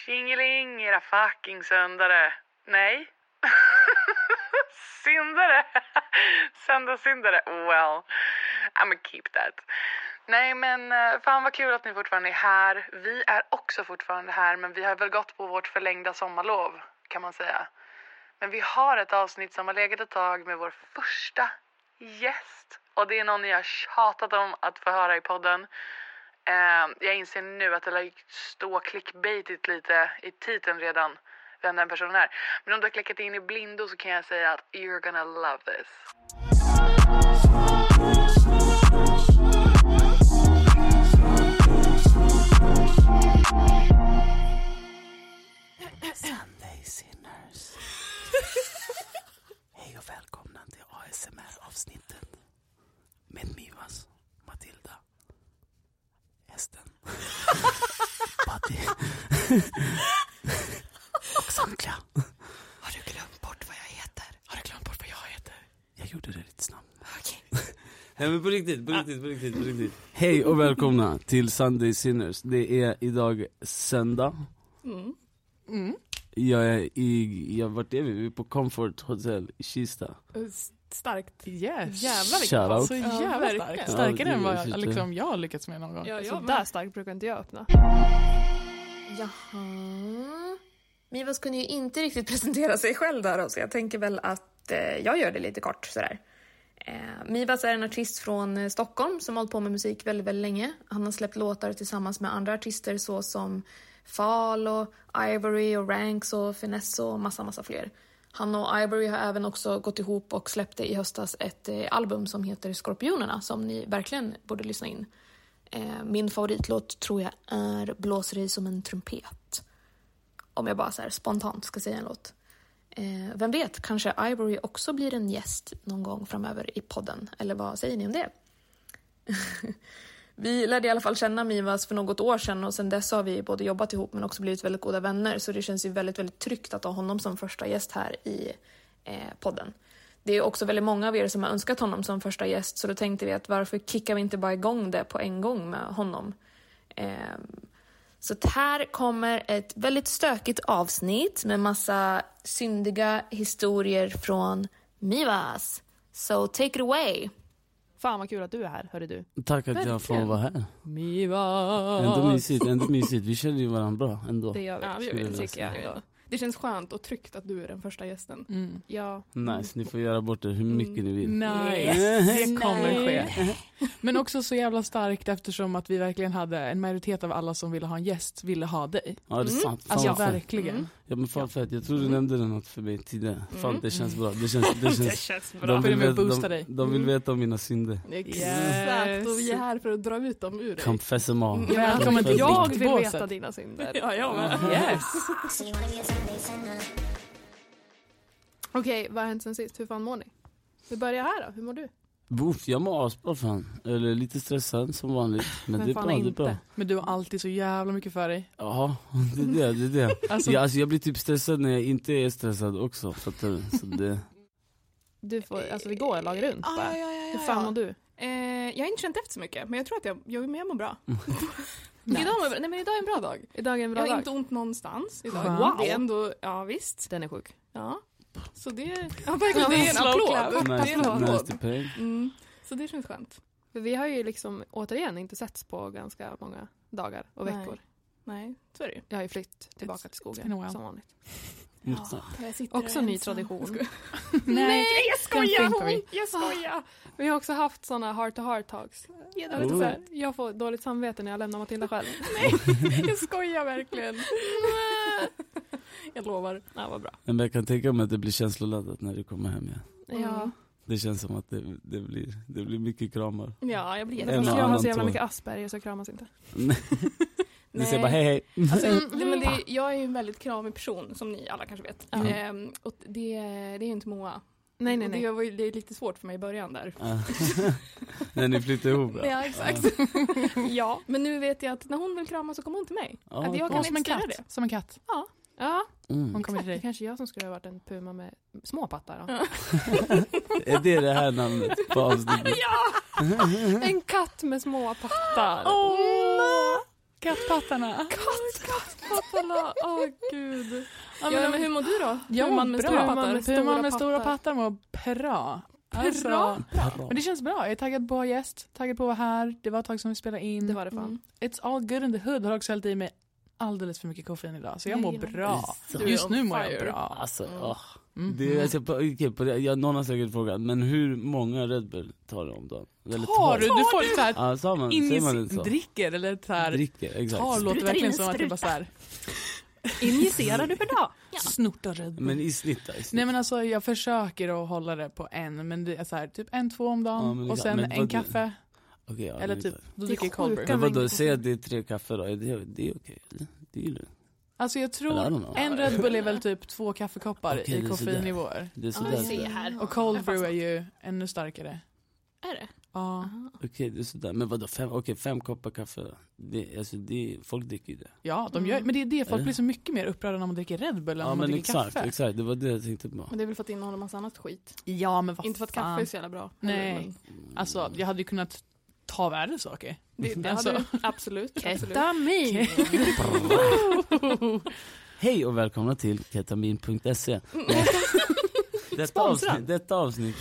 Tjingeling, era fucking syndare. Nej. Syndare. Söndagssyndare. Well, I'm gonna keep that. Nej, men fan vad kul att ni fortfarande är här. Vi är också fortfarande här, men vi har väl gått på vårt förlängda sommarlov, kan man säga. Men vi har ett avsnitt som har legat ett tag med vår första gäst. Och det är någon jag har tjatat om att få höra i podden. Jag inser nu att det lär stå clickbaitigt lite i titeln redan vem den personen är. Men om du har klickat in i blindo så kan jag säga att you're gonna love this. Sunday Sinners. Hej och välkomna till ASMR-avsnittet med Mivas, Matilda, hästen, Patti och samtliga. Har du glömt bort vad jag heter? Jag gjorde det lite snabbt. Okej. Nej, men på riktigt. Hej och välkomna till Sunday Sinners. Det är idag söndag. Jag är vart är vi? Vi är på Comfort Hotel i Kista. Starkt. Yes. Jävlar vilken Shout out. Så jävla starkt. Starkare än vad jag har lyckats med någon gång. Ja, så där starkt brukar inte jag öppna. Jaha. Mivas kunde ju inte riktigt presentera sig själv där då, så jag tänker väl att jag gör det lite kort sådär. Mivas är en artist från Stockholm som har hållit på med musik väldigt, väldigt länge. Han har släppt låtar tillsammans med andra artister så som Fall och Ivory och Ranks och Finesse och massa fler. Han och Ivory har även också gått ihop och släppte i höstas ett album som heter Skorpionerna som ni verkligen borde lyssna in. Min favoritlåt tror jag är Blåser dig som en trumpet. Om jag bara så här spontant ska säga en låt. Vem vet, kanske Ivory också blir en gäst någon gång framöver i podden. Eller vad säger ni om det? Vi lärde i alla fall känna Mivas för något år sedan och sedan dess har vi både jobbat ihop men också blivit väldigt goda vänner. Så det känns ju väldigt, väldigt tryggt att ha honom som första gäst här i podden. Det är också väldigt många av er som har önskat honom som första gäst, så då tänkte vi att varför kickar vi inte bara igång det på en gång med honom? Så här kommer ett väldigt stökigt avsnitt med massa syndiga historier från Mivas. So take it away. Fan vad kul att du är här, hörde du. Tack att jag får vara här. Mivas. Ändå mysigt. Vi känner ju varandra bra ändå. Det gör vi. Ja, Skulle jag tycker jag ändå. Det känns skönt och tryggt att du är den första gästen. Ja. Nice, ni får göra bort det hur mycket ni vill. Nej, det kommer ske. Men också så jävla starkt eftersom att vi verkligen hade en majoritet av alla som ville ha en gäst ville ha dig. Ja, det är sant. Fan, Alltså vad fett. verkligen. Ja, men fan fett. Jag tror du nämnde det något för mig tidigare. Fan, det känns bra. Det känns bra. De vill veta om mina synder. Exakt, och vi är här för att dra ut dem ur dig. Confess them all. Välkommen till Jag ditt vill båset. veta dina synder. Ja, jag med. Yes. Okej, vad har hänt sen sist? Hur fan mår ni? Vi börjar här då. Hur mår du? Buff, jag mår asbra fan. Eller lite stressad som vanligt. Men det är bra, det är bra. Men du har alltid så jävla mycket för dig. Ja, det är det. Alltså, Jag blir typ stressad när jag inte är stressad också. Fattar du? Så det... Du får, alltså det går att laga runt bara. Hur fan mår du? Jag har inte känt efter så mycket, men jag tror att jag mår bra. Nice. Idag är en bra dag. Idag är en bra jag har dag. inte ont någonstans idag. Wow. Det är ändå, ja visst. Den är sjuk. Ja. Så det är en applåd. Så det känns skönt. För vi har ju liksom återigen inte setts på ganska många dagar och veckor. Nej, så är det ju. Jag har ju flytt tillbaka till skogen som vanligt. Också ny tradition. Nej, jag skojar. Vi har också haft såna heart-to-heart talks. Jag får dåligt samvete när jag lämnar Matilda själv. Nej, jag skojar verkligen. Jag lovar. Ja, vad bra. Men jag kan tänka mig att det blir känsloladdat när du kommer hem igen. Ja. Det känns som att det blir mycket kramar. Ja, jag blir jättefast. Jag har så jävla mycket Asperger så kramas inte. Du säger bara hej. Alltså, jag är ju en väldigt kramig person, som ni alla kanske vet. Och det är ju inte Moa. Nej. Det är lite svårt för mig i början där. När ni flyttar ihop. Ja, exakt. Ja, men nu vet jag att när hon vill krama så kommer hon till mig. Att jag kan som en inte katt. det. Som en katt. Ja. Hon kommer till dig. Kanske jag som skulle ha varit en puma med små pattar då. Är det här namnet på avsnittet? Ja! En katt med små pattar. Kattpattarna. Kattpattarna. Ja, men hur mår du då? Jag Hur man mår med bra. stora pattar? Hur man med stora pattar mår bra. Alltså, Bra. men det känns bra. Jag är taggad på att ha gäst. Taggad på att vara här. Det var ett tag som vi spelade in. Det var det fan. It's all good in the hood. Har också hällt i mig alldeles för mycket koffein idag. Så jag mår bra. Du är Just on nu mår jag fire. bra. Alltså, det är, alltså, någon har säkert frågat, men hur många Red Bull tar du om dagen? Eller Tar du? Du får så här Ja, säger man inte så? dricker eller så här. Dricker, exakt. Tar låter Sprutar verkligen in en som att det bara så här. Injicerar du per dag? Snortar Red Bull. Men i snitt då? Nej men alltså jag försöker att hålla det på en, men det är så här typ 1-2 om dagen Ja, men och sen men en vad- kaffe Okej, ja, eller men typ, det- då dricker jag cold brew. Men vadå, säg att det är 3 kaffe då, det är okej, det är ju lugnt. Alltså jag Eller, I don't tror know. en Red Bull är väl typ 2 kaffekoppar Okej, i det är sådär. koffeinnivåer. Det är Ja, jag sådär. ser här. Och cold brew är ju ännu starkare. Är det? Ja, Okej, det är sådär. Men vadå, 5 koppar kaffe då? Folk dricker ju det. ja de gör, men det är det, folk blir så mycket mer upprörda när man dricker Red Bull än Ja när man men dricker exakt, kaffe. det var det jag tänkte på. Men det är väl för att det innehåller massa annat skit. Ja men vad Inte för att fan. kaffe är så jävla bra. Nej, alltså jag hade ju kunnat ta värre saker. Det Alltså. hade du absolut. Ketamin! Hej och välkomna till ketamin.se. Detta avsnitt.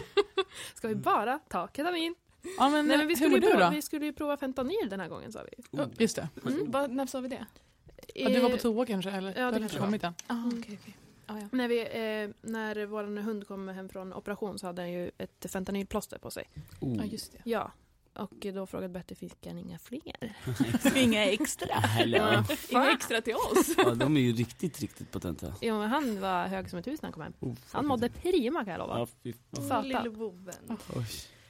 Ska vi bara ta ketamin? Ja men, Nej, men vi hur mår du då? Vi skulle ju prova fentanyl den här gången, sa vi. Just det. När sa vi det? Ja, du var på toa kanske eller? Ja, Du det hade kanske inte kommit än. Okej. Ah, ja. När vår hund kom hem från operation så hade han ju ett fentanylplåster på sig. Ja just det. Ja. Och då frågade Betty, fick han inga fler? Inga extra. Hello. Inga extra till oss. Ja, de är ju riktigt potenta. Jo, men han var hög som ett hus när han kom hem. Han mådde prima kan jag lova. Ja, fy fan. Satan. Lille boven. Oj.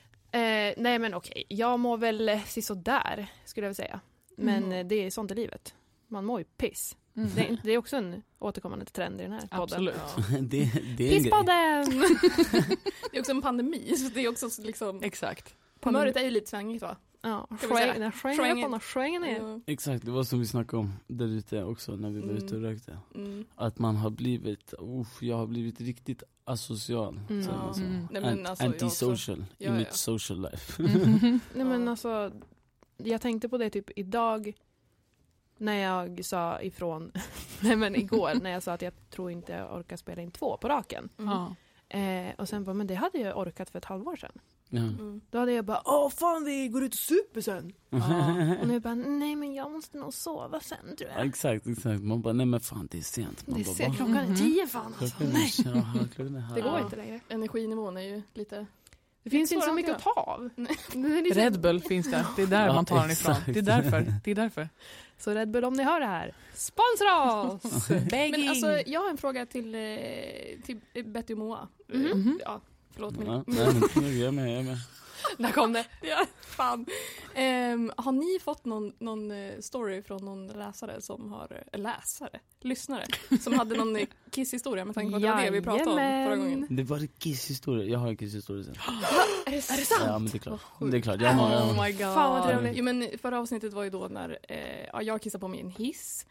Nej men okej, jag mår väl sådär skulle jag vilja säga. Men det är sånt i livet. Man mår ju piss. Det är också en återkommande trend i den här podden. Absolut. Det är en grej. Pisspodden! Det är också en pandemi, så det är också liksom... Exakt. Humöret är ju lite svängigt va? Ja, Ska vi säga? svängen ner. Exakt, det var som vi snackade om där ute också när vi var ute och rökte. Att man har blivit, jag har blivit riktigt asocial. Mm. säger man så. Nej, men alltså, jag Antisocial i Ja, mitt ja. social life. Nej men alltså, jag tänkte på det typ idag när jag sa ifrån, nej men igår när jag sa att jag tror inte jag orkar spela in 2 på raken. Ja. Och sen bara, men det hade jag orkat för ett halvår sedan. Ja. Då hade jag bara, fan vi går ut och super sen. Och nu bara, nej men jag måste nog sova sen tror jag. Exakt. Man bara, nej men fan det är sent. Man Det bara, ser va? klockan är 10 fan alltså. Klockan är- ja, klockan är halv. Det går Ja. inte längre. Energinivån är ju lite... Det finns inte så svårt mycket att att ta av. Det är liksom- Red Bull finns det. Det är där Ja, man tar den ifrån. exakt. Det är därför. Så Red Bull, om ni hör det här, sponsra oss! Men alltså, jag har en fråga till Betty och Moa. Ja, förlåt mig. Ja, nej, men jag är med. Där kom det. Ja, fan. Har ni fått någon story från någon läsare som har... lyssnare. Som hade någon kisshistoria med tanke på att det var det vi pratade om förra gången. Det var kisshistoria. Jag har en kisshistoria sen. Är det sant? Ja men det är klart. Det är klart. Jag har, my god. Fan vad trevligt. Jo, men förra avsnittet var ju då när jag kissade på mig i en hiss.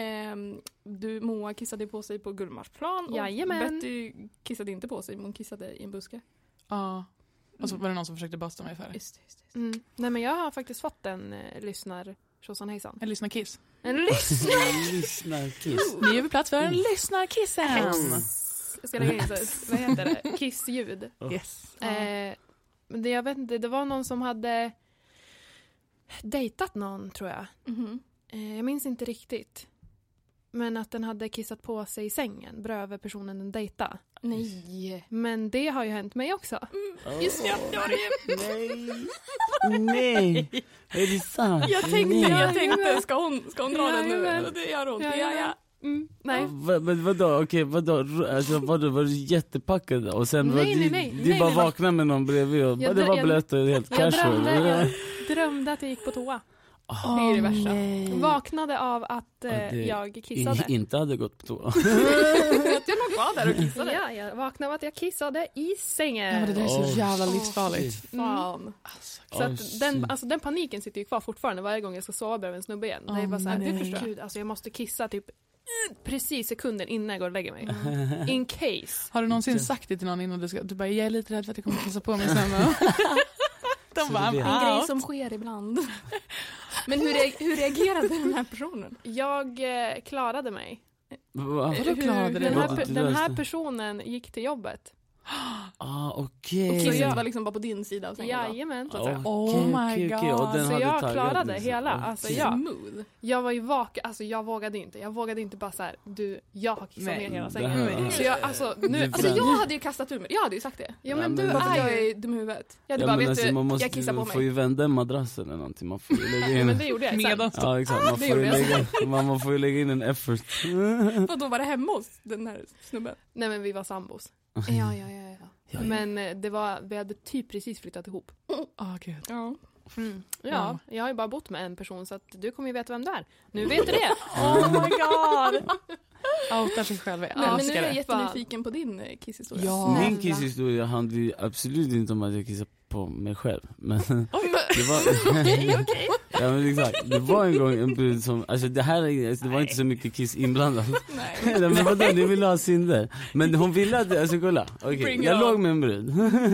Moa kissade på sig på Gullmarsplan. Och Jajamän. Betty kissade inte på sig, men hon kissade i en buske. Ja. Och så var det någon som försökte basta mig för det. Just det. Nej men jag har faktiskt fått en lyssnar tjosan hejsan. En lyssnarkiss. En lyssnar! lyssnarkiss. Nu är vi plats för en lyssnarkissen. Jag ska lägga in så, vad heter det? Kissljud. Yes. Men det, jag vet inte, det var någon som hade dejtat någon tror jag. Jag minns inte riktigt. Men att den hade kissat på sig i sängen bredvid personen den dejtade. Nej. Men det har ju hänt mig också. Just ja, det var det. Nej. Är det sant? Jag tänkte, ska hon dra den nu? Jajamän. Och det gör hon. Jajamän. Ja. Nej. Men vadå? Okej, vadå? Alltså, var du jättepackad och sen Nej, du bara vaknade med någon bredvid och Jag det var jag- blött och helt Jag casual. drömde att jag gick på toa. Det är det värsta. Vaknade av att det- jag kissade. Inte hade gått på toa. Att jag låg kvar där och kissade. Ja, jag vaknade av att jag kissade i sängen. Ja, men det där är så Åh, jävla livsfarligt. Fan. Så att den paniken sitter ju kvar fortfarande varje gång jag ska sova bredvid en snubbe igen. Det är bara så här, nej. gud, alltså jag måste kissa typ precis sekunden innan jag går och lägger mig. In case. Har du någonsin sagt det till någon innan du bara, jag är lite rädd för att jag kommer kissa på mig sen. De bara, du vet. En grej out. som sker ibland. Men hur reagerade den här personen? Jag klarade mig. Vadå klarade det? Den här personen gick till jobbet. Okej. Och Kisset var liksom bara på din sida av sängen. Jajamän. Oh my god. Och den Så hade jag taggat klarade liksom. hela. Alltså, Smooth. jag var ju vaken. Alltså jag vågade inte bara så här. Jag har kissat ner hela det sängen. här- Så jag, alltså, nu, Alltså jag hade ju kastat ur mig. Jag hade ju sagt det. ja, men Ja, du men- Bara för att jag är ju... är dum i huvudet. Jag hade Ja, bara, men vet alltså, man du, måste, jag kissar på får ju mig. vända en madrass eller någonting. Man får ju lägga Ja, in. men det gjorde jag sen. Medans Ja, exakt. Man det får, ju gjorde jag. lägga, man får ju lägga in en effort. Och då var det hemma hos den här snubben. Nej, men vi var sambos. Ja. Men vi hade typ precis flyttat ihop. Gud. Ja. Ja, jag har ju bara bott med en person så att du kommer ju veta vem det är. Nu vet du det. Oh my god. Outar sig själv. Jag Men nu älskar är jag det. jättenyfiken på din kisshistoria. Ja. Min kisshistoria handlar ju absolut inte om att jag kissar på mig själv. Men det var... Ja, men exakt. Det var en gång en brud som... Alltså det här det var inte så mycket kiss inblandat. Nej. Men vadå, ni ville ha synder. Men hon ville att... Alltså kolla. Okay. Jag låg med en brud.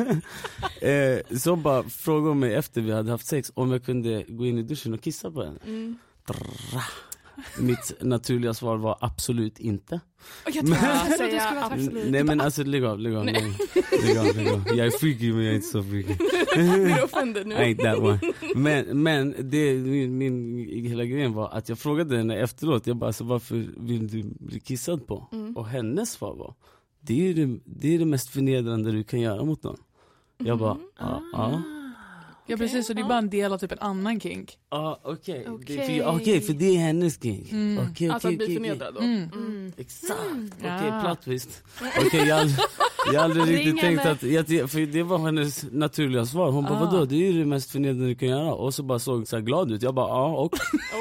Så bara frågade mig efter vi hade haft sex om jag kunde gå in i duschen och kissa på henne. Mitt naturliga svar var absolut inte. Och jag tror att säga du skulle vara absolut. Nej men alltså lägg av. Jag är freaky men jag är inte så freaky. blir offended nu. I ain't that one. Men det, min hela grejen var att jag frågade henne efteråt, jag bara, så varför vill du bli kissad på? Och hennes svar var, det är det mest förnedrande du kan göra mot någon. Jag bara, ja. Ja, precis. Så det är bara en del av typ en annan kink. Okej, Okej. för det är hennes kink. Okej, Alltså att bli förnedrad då. Exakt. Ja. Okej, plot twist. Okej, jag har aldrig riktigt tänkt att för det var hennes naturliga svar. Hon bara, vadå? Det är ju det mest förnedrande du kan göra. Och så bara såg så här glad ut. Jag bara, och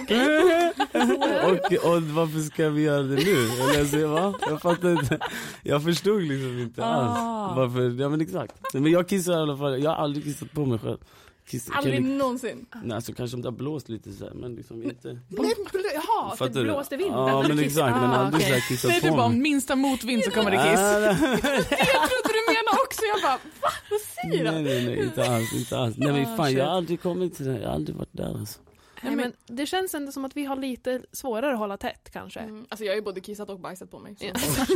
varför ska vi göra det nu? Eller så, jag fattar inte. Jag förstod liksom inte alls varför. Ja men exakt. Men jag kissar i alla fall. Jag har aldrig kissat på mig själv. Aldrig någonsin. Nej, alltså kanske om det har blåst lite så här, men liksom inte. Jaha, Fattar det du? blåste vind. Ja, men exakt, men aldrig så här kissat Nej, på det är bara mig. minsta motvind så kommer det kiss. Jag trodde du menade också. Jag bara, va? Vad säger du? Nej, inte alls. Nej men fan, jag har aldrig kommit till det. Jag har aldrig varit där alltså. Nej, men det känns ändå som att vi har lite svårare att hålla tätt kanske. Alltså jag har ju både kissat och bajsat på mig. Så.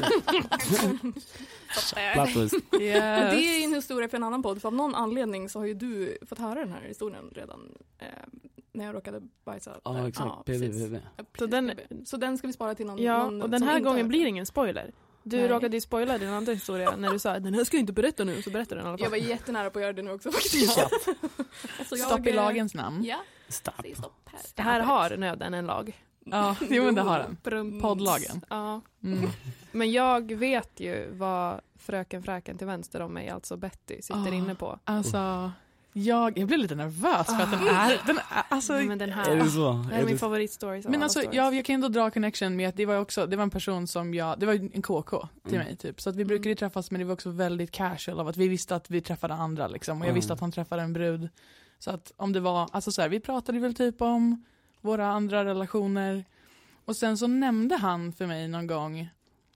Plot twist. Men det är ju en historia för en annan podd. För av någon anledning så har ju du fått höra den här historien redan. När jag råkade bajsa. Ja, exakt. PV. Så den ska vi spara till någon. Ja, någon och den som här inte gången har blir det hört ingen spoiler. Du Nej. råkade ju spoila din andra historia när du sa den här ska jag inte berätta nu, så berättar den i alla den. Jag fall. var jättenära på att göra det nu också faktiskt. Så Stopp i lagens namn. Ja, Stopp. säg stopp här. Det här har nöden en lag. Ja, jo, men det har den. Brums. Poddlagen. Ja. Mm. Men jag vet ju vad fräken till vänster om mig, alltså Betty, sitter inne på. Alltså, jag blir lite nervös för att den är alltså, Men den här, Är det så? det här är min favoritstory. men alltså, jag kan ändå dra connection med att det var en person som det var en KK till mig typ. Så att vi brukade träffas, men det var också väldigt casual av att vi visste att vi träffade andra liksom. Och jag visste att han träffade en brud. Så att om det var, alltså så här, vi pratade väl typ om våra andra relationer. Och sen så nämnde han för mig någon gång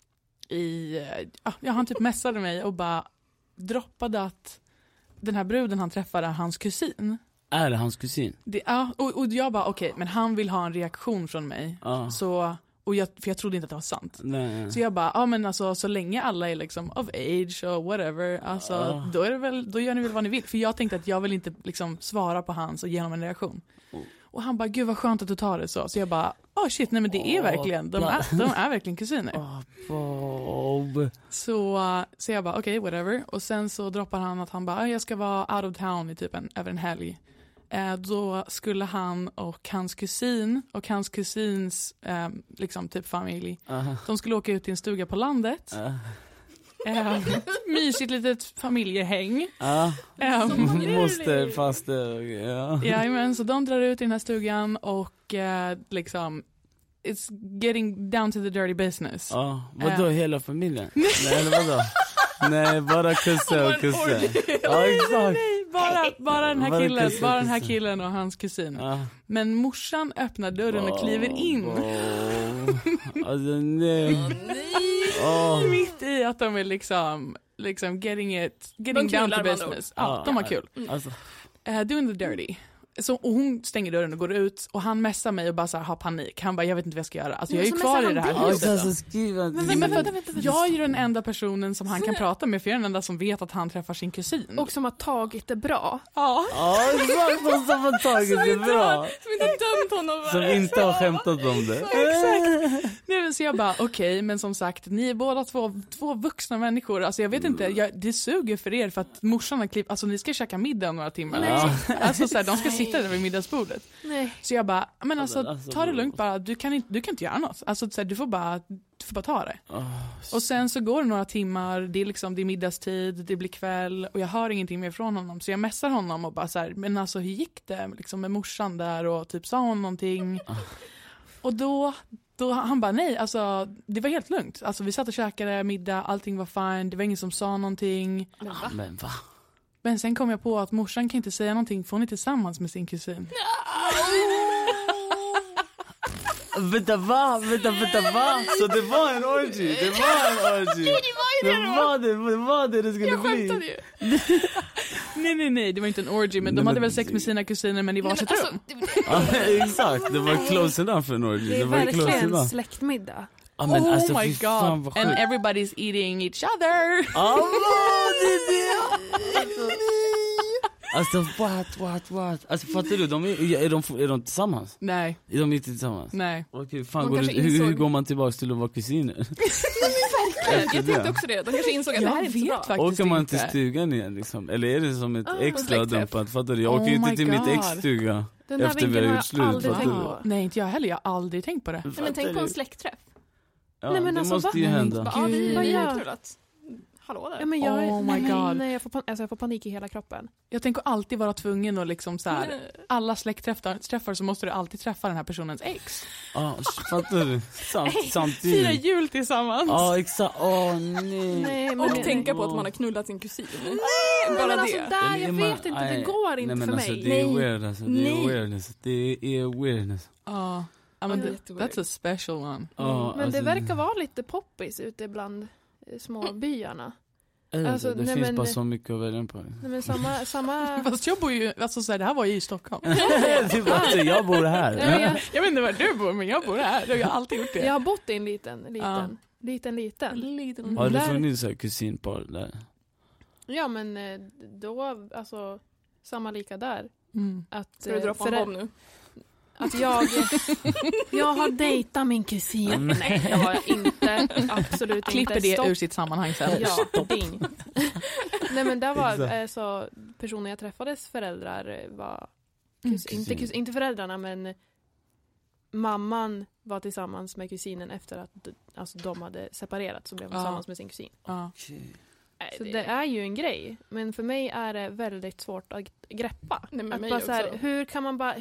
han typ messade mig och bara droppade att den här bruden han träffade är hans kusin. Är det hans kusin? Och jag bara okej, men han vill ha en reaktion från mig. Så, för jag trodde inte att det var sant. Nej. Så jag bara, men alltså så länge alla är liksom of age och whatever, alltså då är det väl, då gör ni väl vad ni vill. För jag tänkte att jag vill inte liksom svara på hans och ge honom en reaktion. Och han bara, gud vad skönt att du tar det så. Så jag bara, shit, nej men det är verkligen, de är verkligen kusiner. Så jag bara, okej, whatever. Och sen så droppar han att han bara, jag ska vara out of town i typ över en helg. Då skulle han och hans kusin och hans kusins liksom typ familj, de skulle åka ut till en stuga på landet. Mysigt litet familjehäng. Moster, faster. Ja, men så de drar ut i den här stugan och liksom it's getting down to the dirty business. Vadå hela familjen? Nej, eller vadå? Nej, bara kusse. Ja, exakt. Bara den här killen och hans kusin. Men morsan öppnar dörren och kliver in. Alltså nej. Mitt i att de är liksom getting down to business. Ja, de har kul. Alltså. Doing the dirty. och hon stänger dörren och går ut och han messar mig och bara så här, har panik. Han bara, jag vet inte vad jag ska göra. Alltså jag är ju kvar i det här huset. Jag är ju den enda personen som han kan prata med, för jag är den enda som vet att han träffar sin kusin. Och som har tagit det bra. Ja, exakt, som har tagit det bra. Som inte dömt honom. Som inte har skämtat om det. Exakt. Nej, så jag bara, okej, men som sagt, ni är båda två vuxna människor. Alltså jag vet inte, det suger för er för att morsan har klippt, alltså ni ska käka middag några timmar. Nej. Alltså så här, de ska sitta där vid middagsbordet. Nej. Så jag bara, men alltså ta det lugnt bara, du kan inte göra något. Alltså så här, du får bara ta det. Och sen så går det några timmar, det är middagstid, det blir kväll och jag hör ingenting mer från honom. Så jag messar honom och bara så här, men alltså hur gick det liksom med morsan där och typ sa hon någonting? Och då han bara, nej, alltså det var helt lugnt. Alltså vi satt och käkade middag, allting var fine, det var ingen som sa någonting. Men va? Men sen kom jag på att morsan kan inte säga någonting för hon är tillsammans med sin kusin. Vänta, va? Så det var en orgy? Det var det skulle jag bli. Skämtade ju. Nej, det var inte en orgy, men de hade väl sex med sina kusiner, men i varsitt rum. Exakt, det var close enough för en orgy. Det är verkligen släktmiddag. Oh my god, and everybody's eating each other. Alltså what? Alltså fattar du, är de tillsammans? Nej. Är de inte tillsammans? Nej. Okej, fan, hur går man tillbaka till att vara kusiner? Verkligen, jag tänkte också det. De kanske insåg att det här är inte så bra. Åker man till stugan igen liksom? Eller är det som ett extra dumpat? Fattar du? Jag åker inte till mitt ex-stuga efter vi har gjort slut. Nej, inte jag heller. Jag har aldrig tänkt på det. Nej, men tänk på en släktträff. Ja, nej, men det alltså, måste ju hända. Ja, vi har knullat. Hallå där. Ja, men jag får panik i hela kroppen. Jag tänker alltid vara tvungen och liksom så här, alla släktträffar så måste du alltid träffa den här personens ex. Ja, fattar du? Samtidigt. Fira jul tillsammans. Ja, exakt. Nej. Och tänka på att man har knullat sin kusin. Nej, bara men alltså där, jag vet inte, det går inte för mig. Det är weird alltså. Det är weirdness. Ja. Men that's a special one. Men det verkar vara lite poppis ute bland små byarna. Alltså, det finns bara så mycket att välja på. Nej, men samma... Fast jag bor ju, alltså så här, det här var ju i Stockholm. Jag bor här. Jag vet inte var du bor, men jag bor här. Jag har alltid gjort det. Jag har bott i en liten. Har du funnits så här kusinpar där? Ja, men då, alltså, samma lika där. Att, ska du dra på en bomb nu? Att jag har dejtat min kusin. Nej, det har jag inte. Absolut inte. Klipper det ur sitt sammanhang sen. Ja, ding. Nej, men där var så personer jag träffades föräldrar var inte föräldrarna, men mamman var tillsammans med kusinen efter att alltså, de hade separerat, så blev de tillsammans med sin kusin. Så det är ju en grej, men för mig är det väldigt svårt att greppa. Nej, att bara så här, hur kan man bara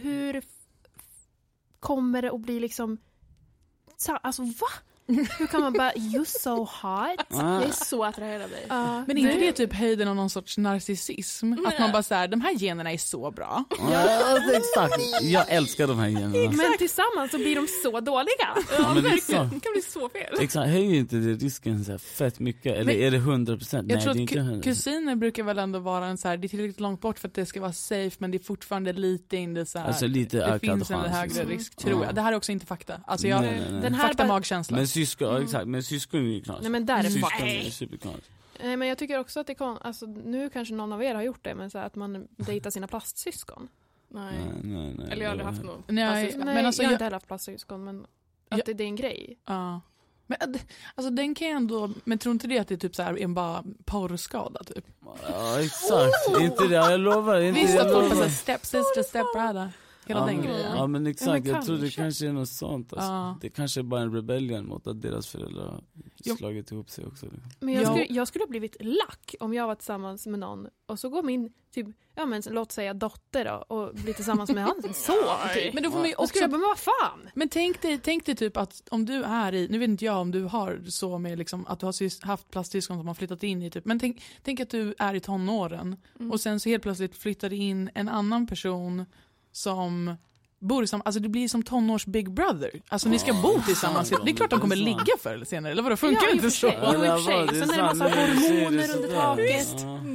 kommer det att bli liksom alltså va? Hur kan man bara you're so hot? Jag är så attraherad av dig. Men inte det typ höjden av någon sorts narcissism? Att man bara såhär, de här generna är så bra. Ja, exakt. Jag älskar de här generna. Men tillsammans så blir de så dåliga. Ja, verkligen. Det kan bli så fel. Exakt, höjer inte det risken så här fett mycket? Eller är det 100%? Jag tror att kusiner brukar väl ändå vara en så här, det är tillräckligt långt bort för att det ska vara safe, men det är fortfarande lite in det så här. Alltså lite det finns en högre risk, tror jag. Det här är också inte fakta. Alltså jag, den här fakta magkänsla. Men syskon, exakt, men syskon är ju klart. Nej, men där är superklart. Nej, men jag tycker också att det kan, alltså nu kanske någon av er har gjort det, men så här, att man dejtar sina plastsyskon. Nej. Eller jag har aldrig haft någon. Nej, men alltså jag har inte heller haft plastsyskon, men att det är en grej. Ja. Men alltså den kan jag ändå, men tror inte det att det är typ så här en bara porrskada typ? Ja, exakt. Inte det, jag lovar. Visst att folk bara stepsister, stepbrother. Hela den grejen. Ja, men exakt. Jag tror det kanske är något sånt. Alltså. Det kanske är bara en rebellion mot att deras föräldrar har slagit ihop sig också. Men jag skulle ha blivit lack om jag var tillsammans med någon och så går min typ, ja men låt säga dotter då, och blir tillsammans med han så typ. Men då får man ju också, men vad fan? Men tänk dig typ att om du är i, nu vet inte jag om du har så med liksom att du har haft plastsyskon som har flyttat in i typ, men tänk att du är i tonåren och sen så helt plötsligt flyttar in en annan person som bor i samma, alltså det blir som tonårs Big Brother. Alltså ni ska bo tillsammans. Det är klart de kommer ligga förr eller senare. Eller vadå, funkar inte så? Jo, i och för sig. Sen är det en massa hormoner under taket.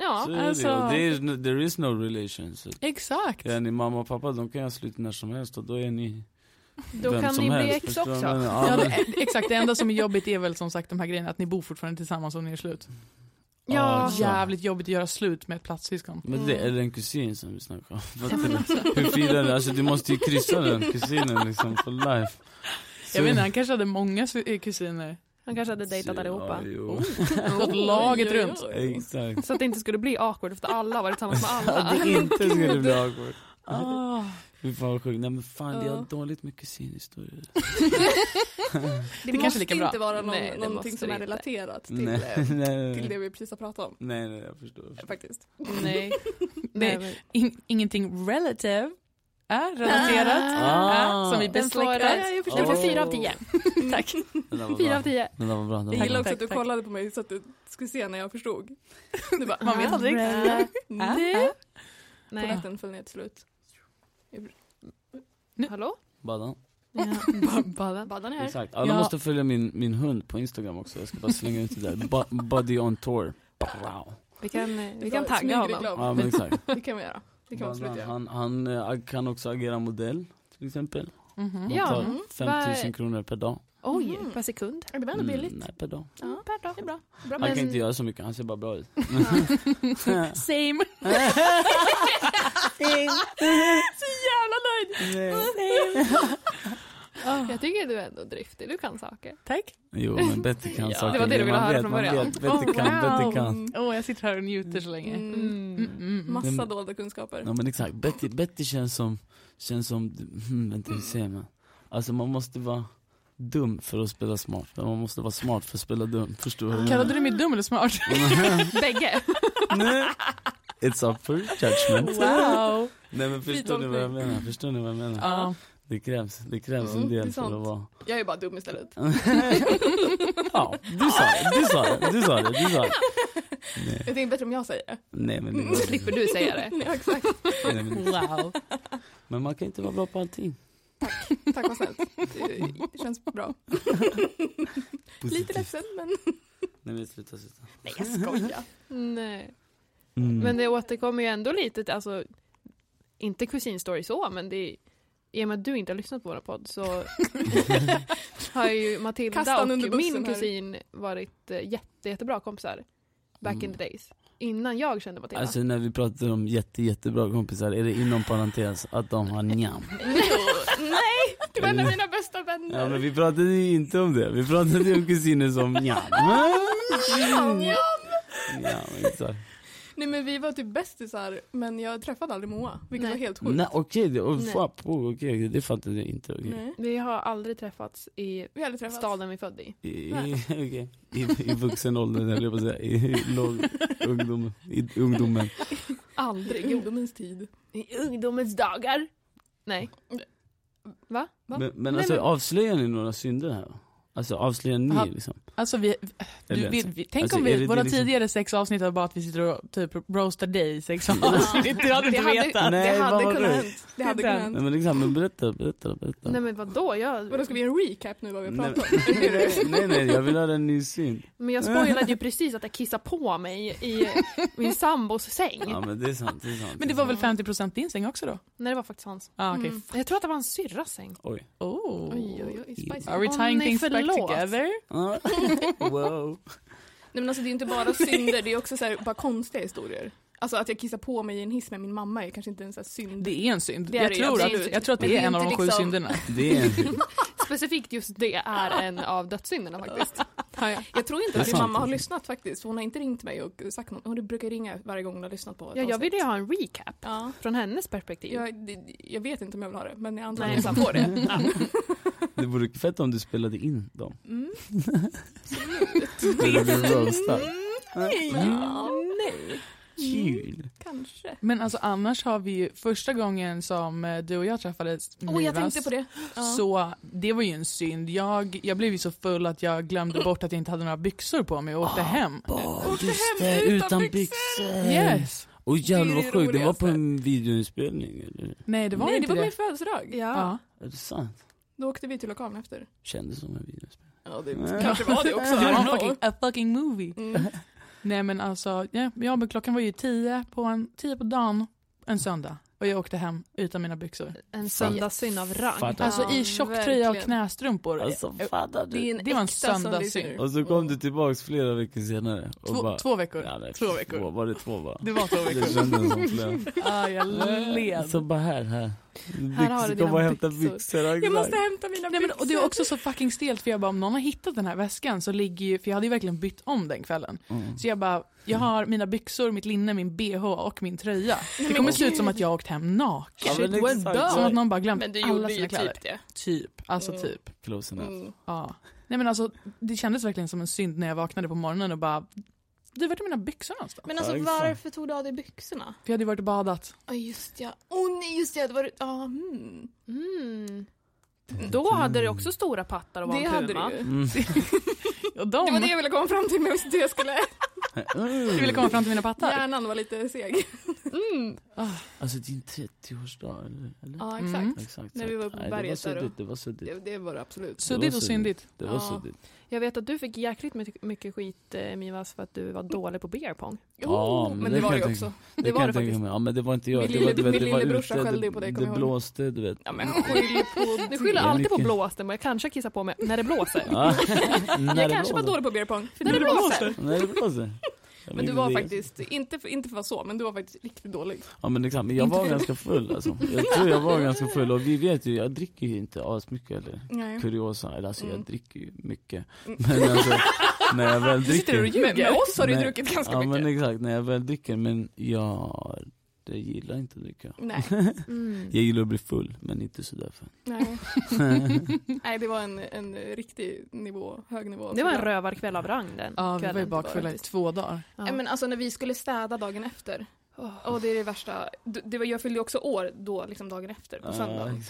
Ja, så är alltså... det. There is no relation. Så. Exakt. Ja, ni mamma och pappa, de kan göra slut när som helst och då är ni Då vem kan som ni bli helst, ex förstår också. du? Ja, exakt, det enda som är jobbigt är väl som sagt de här grejerna att ni bor fortfarande tillsammans om ni är slut. Ja. Jävligt jobbigt att göra slut med ett platssyskon. Men det är en kusin som vi snackar om. Hur firar det? Alltså du måste ju kryssa den kusinen liksom for life. Så... Jag vet inte, han kanske hade många kusiner. Han kanske hade dejtat allihopa. Gått laget runt. Exakt. Så att det inte skulle bli awkward efter alla varit tillsammans med alla. Att det inte skulle bli awkward. Ah. Hur fan vad sjukt. Nej men fan, det har dåligt med kusinhistorier. Det kanske måste lika bra. inte vara Nej, det någonting måste som det är inte. relaterat till, Nej. till det vi precis har pratat om. Nej, jag förstår. Faktiskt. Nej. Nej, ingenting relative är relaterat. Som vi Den får, besläktat. den får 4 av 10. Tack. 4 av 10. Den där var bra. Jag gillar också tack, att du tack. kollade på mig så att du skulle se när jag förstod. Du bara, Man vet aldrig. Nej. Toaletten föll ner till slut. Hallå? Badan. Badan här. Exakt. Alla måste följa min hund på Instagram också. Jag ska bara slänga ut det där. Body on tour. Wow. Vi kan tagga honom. Ja, men exakt. Det kan vi göra. Det kan vi absolut göra. Han kan också agera modell till exempel. Han Ja. tar 5 000 kronor per dag. Oj, per sekund. Är det väl billigt? Nej, per dag. Ja, per dag. Det är bra. Han kan inte göra så mycket, han ser bara bra ut. Same. Så jävla nöjd. Jag tycker du är ändå driftig. Du kan saker. Tack. Jo, men Betty kan Ja, saker. det var det du ville Man höra vet, från man början. vet. Betty kan. Jag sitter här och njuter så länge. Massa dolda kunskaper. Ja, men exakt. Betty känns som vänta, hur säger man? Alltså man måste vara dum för att spela smart. Man måste vara smart för att spela dum. Förstår du? Kallade du mig dum eller smart? Bägge. Nej. It's up for judgment. Wow. Nej, men förstår ni vad jag menar? Ja. Det krävs en det är del för sant. att vara... Jag är bara dum istället. Ja, du sa det. Jag tänker bättre om jag säger det. Nej, men det Slipper du säga det. Ja, exakt. nej, men, Wow. men man kan inte vara bra på allting. Tack vad snällt. Det känns bra. Lite ledsen, men... Nej, men sluta. Nej, jag skojar. Nej. Mm. Men det återkommer ju ändå lite, alltså inte kusinstory så, men det är, i och med att du inte har lyssnat på våra podd så har ju Matilda Kasta han och under bussen min här. kusin varit jättebra kompisar back in the days. Innan jag kände Matilda. Alltså när vi pratar om jättebra kompisar, är det inom parentes att de har njam? Nej, du var en av mina bästa vänner. Ja, men vi pratade ju inte om det. Vi pratade ju om kusiner som njam. Ja, men exakt. Nej, men vi var typ bästisar, men jag träffade aldrig Moa, vilket var helt sjukt. Nej, okej, Nej. det fattade jag inte. Okay. Nej, Vi har aldrig träffats i vi har aldrig träffats. staden vi födde i. I vuxen ålder, eller på att säga, i ungdomen. Aldrig, ungdomens tid. I ungdomens dagar. Nej. Va? Men alltså, avslöjar ni några synder här då? Alltså avslöjar ni Aha. liksom? Alltså tänk Alltså, om är det våra liksom... tidigare 6 avsnitt var bara att vi sitter och typ roastar dig i 6 avsnitt. Du hade inte vetat. Nej, det hade vad kunnat roligt. hänt. Det hade kunnat hänt. Nej, men liksom, men berätta. Nej men vadå? Vadå, ska vi göra en recap nu vad vi har Nej, pratat om? nej, jag vill ha en ny syn. Men jag spoilade ju precis att jag kissade på mig i min sambos säng. Ja, men det är sant. Men det var väl 50% din säng också då? Nej, det var faktiskt hans. Okej. Jag tror att det var en syrras säng. Oj. Oh. Oj, spicy. Are we tying nej, things back förlåt. together? Wow. Nej, men alltså det är ju inte bara synder, det är också så här, bara konstiga historier. Alltså att jag kissar på mig i en hiss med min mamma är kanske inte en sån här synd. Det är en synd. Det är det ju absolut. Jag tror att Men det det är är en av de inte 7 liksom- synderna. Det är en... Specifikt just det är en av dödssynderna faktiskt. Jag tror inte Det är att min sant, mamma har alltså. lyssnat faktiskt, för hon har inte ringt mig och sagt något. Hon brukar ringa varje gång hon har lyssnat på ett Ja, jag avsnitt. ville ju ha en recap Ja. från hennes perspektiv. Jag vet inte om jag vill ha det, men jag antar Nej. att jag får det. Det vore fett om du spelade in dem. Mm. Eller du roastar. Ja, nej. Kul. Kanske. Men alltså annars har vi ju första gången som du och jag träffades, Jag Mivas, tänkte på det. Ja. så det var ju en synd. Jag blev ju så full att jag glömde bort att jag inte hade några byxor på mig och åkte hem. Just det, utan byxor. Yes. Och jävlar vad Det är sjukt, det var på roligaste. en videoinspelning eller? Nej, det var Nej, inte det var det. min födelsedag. Ja. Är det sant? Då åkte vi till lokalen efter. Kändes som en videoinspelning. Ja, det kanske var det också. Det var I don't know. a fucking movie. Mm. Nej men alltså, ja, men klockan var ju 10 på dagen en söndag. Och jag åkte hem utan mina byxor. En söndagssyn av rang. Alltså i tjocktröja och knästrumpor. Alltså, det var en söndagssyn. Och så kom du tillbaks flera veckor senare. Och 2 veckor. Ja, nej, 2 veckor. Var det 2 va? Det var 2 veckor. Det kändes som flera. Jag led. Så bara här. Här har du dina kom och hämta byxor. byxor. Jag måste hämta mina byxor. Men, och det var också så fucking stelt för jag bara, om någon har hittat den här väskan så ligger ju, för jag hade ju verkligen bytt om den kvällen. Så jag bara, jag har mina byxor, mitt linne, min BH och min tröja. Det kommer se ut som att jag åkt hem naken. Som att någon bara glömt alla sina kläder. Typ. Typ. Close enough. Ja. Nej men alltså, det kändes verkligen som en synd när jag vaknade på morgonen och bara, du vart är mina byxor någonstans? Men alltså varför tog du av dig byxorna? För jag hade varit och badat. Ja just ja. Nej just det var Då hade du också stora pattar och var det en hade puma. du ju. Och Det var det jag ville komma fram till med det jag skulle. Du ville komma fram till mina pattar? Hjärnan var lite seg. Alltså din 30-årsdag eller? Ja exakt. När vi var på berget där. Det var suddigt. Det var det absolut. Suddigt och syndigt. Det var suddigt. Jag vet att du fick jäkligt mycket skit, Mivas, för att du var dålig på beer pong. Men det var det också. Det var det faktiskt. Ja, men det var inte jag. Min lillebrorsa skällde på dig, det blåste, du vet. Ja, men skyll på... Du skyller alltid på blåsten, men jag kanske kissar på mig när det blåser. Jag kanske var dålig på beer pong. När det blåser. När det blåser. Men du var faktiskt, inte för att vara så, men du var faktiskt riktigt dålig. Ja men exakt, men jag var ganska full alltså. Jag tror jag var ganska full och vi vet ju, jag dricker ju inte alls mycket eller kuriosa, eller alltså jag dricker ju mycket. Men alltså, när jag väl dricker... Med oss har du druckit ganska mycket. Ja men exakt, när jag väl dricker, men jag gillar inte att dricka. Nej. Jag gillar att bli full, men inte så därför. Nej, det var en riktig nivå, hög nivå. Det var en rövarkväll av rang den. Ja, vi var ju bakfulla i 2 dagar. Ja. Men alltså när vi skulle städa dagen efter. Och det är det värsta. Jag fyllde också år då, liksom dagen efter, på söndagen.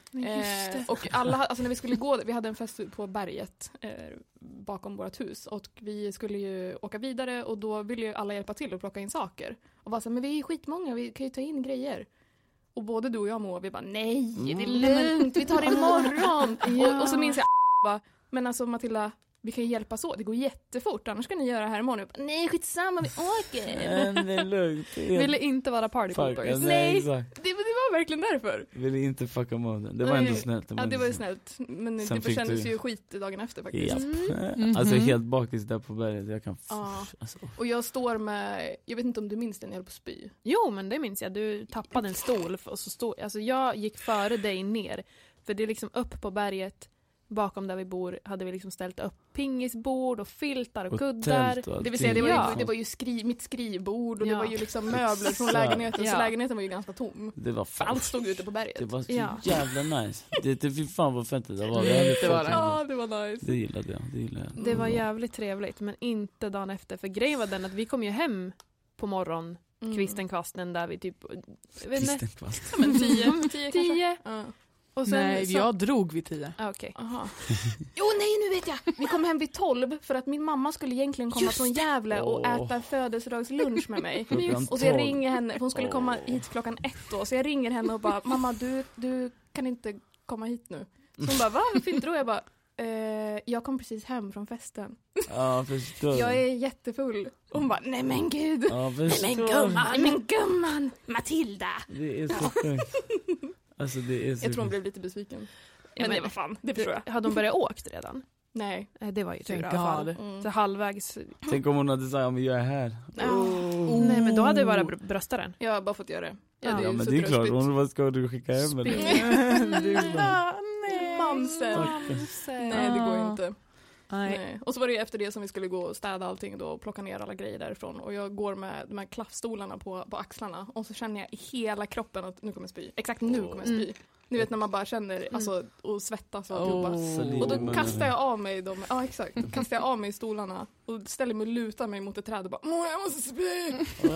Och alla, alltså när vi skulle gå, vi hade en fest på berget bakom vårt hus och vi skulle ju åka vidare och då ville ju alla hjälpa till att plocka in saker och bara så, men vi är ju skitmånga, vi kan ju ta in grejer. Och både du och jag och vi bara, nej det är lugnt, vi tar det imorgon. Och så minns jag bara, men alltså Matilda, vi kan ju hjälpas åt, det går jättefort, annars kan ni göra det här imorgon. Bara, nej skitsamma, vi åker. Men det är lugnt. Ville inte vara party poopers. Nej, det var verkligen därför. Ville inte fucka maten. Det var ändå snällt. Ja, det var ju snällt. Men det kändes ju skit dagen efter faktiskt. Alltså helt bakis där på berget. Jag kan... Alltså. Och jag står med... Jag vet inte om du minns den, jag höll på spy. Jo, men det minns jag. Du tappade en stol. Och så alltså jag gick före dig ner. För det är liksom upp på berget. Bakom där vi bor hade vi liksom ställt upp pingisbord och filtar och kuddar. Det vill säga, det var ju mitt skrivbord och det var ju liksom möbler från lägenheten. Så lägenheten var ju ganska tom. Det var allt stod ute på berget. Det var så jävla nice. Det fy fan vad fett det var. Det var nice. Det gillade jag. Det var jävligt trevligt, men inte dagen efter. För grejen var den att vi kom ju hem på morgon. Kvasten där vi typ... Kvistenkvast. Men 10 kanske. Och sen, nej, jag drog vid 10. Okej. Jo, nej, nu vet jag. Vi kom hem vid 12 för att min mamma skulle egentligen komma från Gävle och äta födelsedagslunch med mig. Och så jag ringer henne, hon skulle komma hit 1:00 då. Så jag ringer henne och bara, mamma, du kan inte komma hit nu. Så hon bara, va? Varför inte då? Jag bara, jag kom precis hem från festen. Ja, förstår. Jag är jättefull. Hon bara, nej men gud. Ja, nej men gumman, Matilda. Det är så sjukt. Alltså det är så... Jag tror hon blev lite besviken. Men det var fan, det förstår jag. Hade hon börjat åkt redan? Nej. Det var ju tur i alla fall. Så halvvägs... Tänk om hon hade sagt, men jag är här. Nej, men då hade det bara bröstat den. Jag har bara fått göra det. Ja, men det är klart. Vad ska du skicka hem med det? Mamsen. Nej, det går inte. Nej. Och så var det efter det som vi skulle gå och städa allting då och plocka ner alla grejer därifrån. Och jag går med de här klaffstolarna på axlarna och så känner jag i hela kroppen att nu kommer jag spy. Exakt nu kommer jag spy. Ni vet när man bara känner alltså, och svettas och och då kastar jag av mig dem. Ja, exakt. Då kastar jag av mig stolarna och ställer mig och lutar mig mot ett träd och bara, jag måste spy.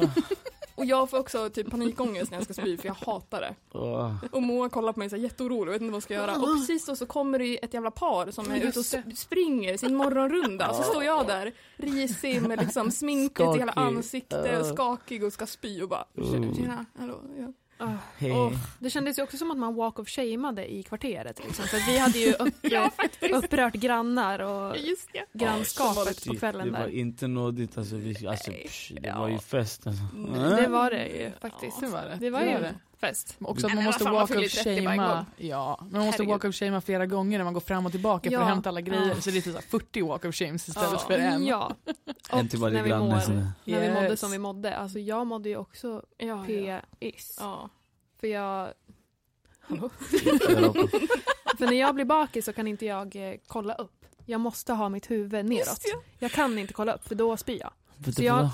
Och jag får också typ panikångest när jag ska spy för jag hatar det. Och Moa kollar på mig så här jätteorolig, vet inte vad jag ska göra. Och precis då så kommer det ett jävla par som är ute och springer sin morgonrunda. Så står jag där, risig med liksom sminket i hela ansiktet och skakig och ska spy och bara, tjena, hallå, Det kändes ju också som att man walk of shameade i kvarteret. Liksom. För vi hade ju upprört grannar och grannskapet på kvällen. Det var inte nådigt. Alltså, det var ju fest. Alltså. Det var det ju faktiskt. Det var ju fest. Också att man måste walk of shame. Ja, man måste walk of shame flera gånger när man går fram och tillbaka för att hämta alla grejer. Så det är typ 40 walk of shames istället för en. Ja. En till varje granne. När vi mådde som vi mådde. Alltså jag mådde ju också PIS. Ja. För jag... För när jag blir bakis så kan inte jag kolla upp. Jag måste ha mitt huvud neråt. Jag kan inte kolla upp för då spyr jag. Så jag,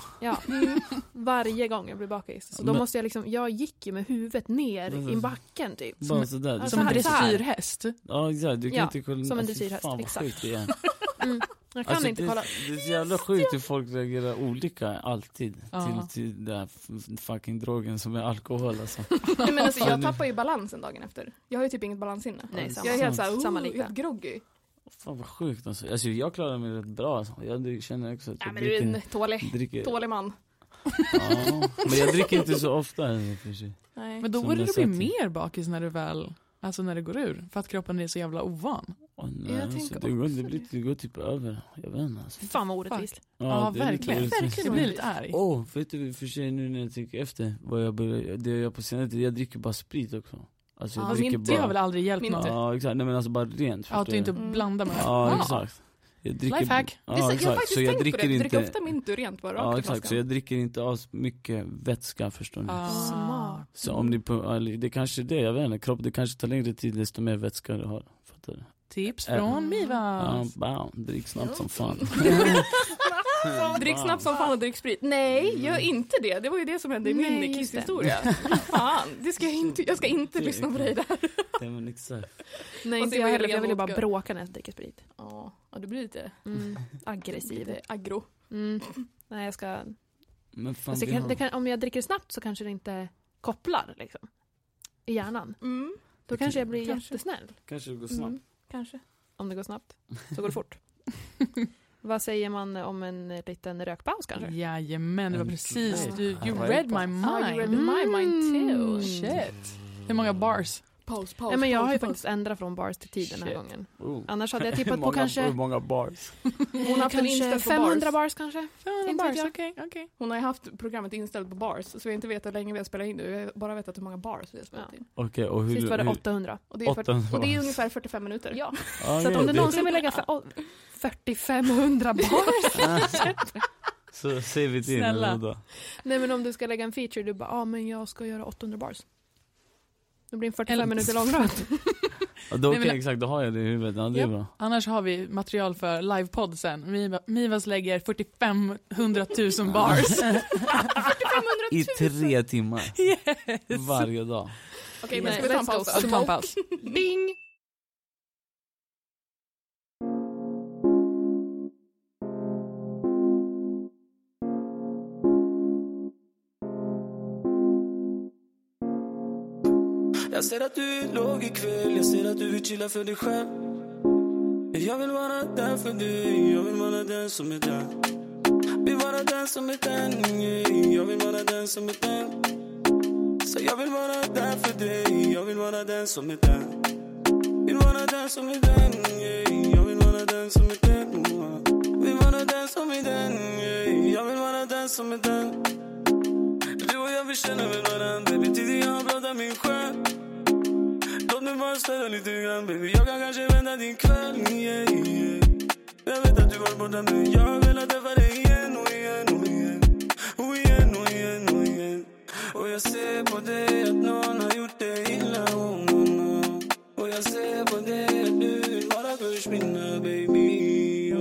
varje gång jag blir bakis. Så då måste jag liksom, jag gick ju med huvudet ner i backen typ. Som en dressyrhäst. Ja, exakt. Du kan inte kolla. Som en dressyrhäst, exakt. Jag kan inte kolla. Det är så jävla sjukt hur folk reagerar olika alltid till den fucking drogen som är alkohol alltså. Nej, men alltså jag tappar ju balansen dagen efter. Jag har ju typ inget balansinne. Nej, jag är helt såhär, samma lika. Helt groggy. Fan vad sjukt alltså. Jag klarar mig rätt bra alltså. Jag känner också att jag men du är en tålig man. Ja, men jag dricker inte så ofta för sig. Nej. Men då borde du bli mer bakis när du väl, alltså när det går ur, för att kroppen är så jävla ovan. Nej, alltså, det går typ över. Jag vet inte alltså. Fan vad orättvist. Ja, verkligen. Det blir lite arg. Vet du för sig nu när jag tänker efter vad jag började, det jag på senare tid, jag dricker bara sprit också. Alltså jag dricker det har väl aldrig hjälpt något. Ja, exakt. Nej men alltså bara rent. Ja, att du inte blandar med. Ja, exakt. Jag dricker, lifehack. Jag har faktiskt så jag dricker inte. Dricker ofta mint och rent bara. Ja, exakt. Så jag dricker inte alls mycket vätska, förstår ni. Smart. Så om ni det kanske är det, jag vet inte. Kropp, det kanske tar längre tid desto mer vätska du har. Fattar du? Tips från Mivas. Ja, drick snabbt som fan. Drick snabbt som fan och drick sprit. Nej, gör inte det. Det var ju det som hände i min kisshistoria. Fan, jag ska inte lyssna på dig där. Det var exakt. Nej, inte jag heller. Jag vill ju bara bråka när jag dricker sprit. Ja, du blir lite aggressiv. Aggro. Nej, jag ska... Men fan, om jag dricker snabbt så kanske det inte kopplar liksom i hjärnan. Då kanske jag blir jättesnäll. Kanske det går snabbt. Kanske. Om det går snabbt så går det fort. Vad säger man om en liten rökpaus kanske? Jajamän, det var precis. You read my mind. You read my mind too. Shit. Hur många bars? Nej, men jag har ju faktiskt ändrat från bars till tid den här gången. Annars hade jag tippat på kanske... Hur många bars? Hon har kanske 500 bars kanske. 500 bars, okej. Hon har ju haft programmet inställt på bars. Så jag inte vet hur länge vi har spelat in det. Jag bara vet hur många bars vi har spelat in. Okej, och hur... Sist var det 800. Och det är ungefär 45 minuter. Ja. Så att om det någonsin vill lägga 4500 bars... Så säger vi till henne då. Nej, men om du ska lägga en feature, du bara, men jag ska göra 800 bars. Det blir en 45 minuter lång rad. Då exakt, då har jag det i huvudet. Ja, det är bra. Annars har vi material för livepodd sen. Mivas lägger 4500 000 bars. I 3 timmar. Yes. Varje dag. Okej, men ska vi ta en paus? Ding! Jag ser att du är låg ikväll, jag ser att du vill chilla för dig själv. Jag vill vara där för dig, jag vill vara den som är där. Vill vara den som är den, jag vill vara den som är den. Så jag vill vara där för dig, jag vill vara den som är den. Vill vara den som är den, jag vill vara den som är den. Vill vara den som är den, jag vill vara den som är den. Du och jag, vi känner väl varandra, baby, tidigt jag har blottat min själ. Låt mig bara störa lite grann, baby, jag kan kanske vända din kväll, Jag vet att du var borta, men jag har velat träffa dig igen och igen och igen. Och igen och igen och igen. Och jag ser på dig att någon har gjort dig illa, Och jag ser på dig att du vill bara försvinna, baby,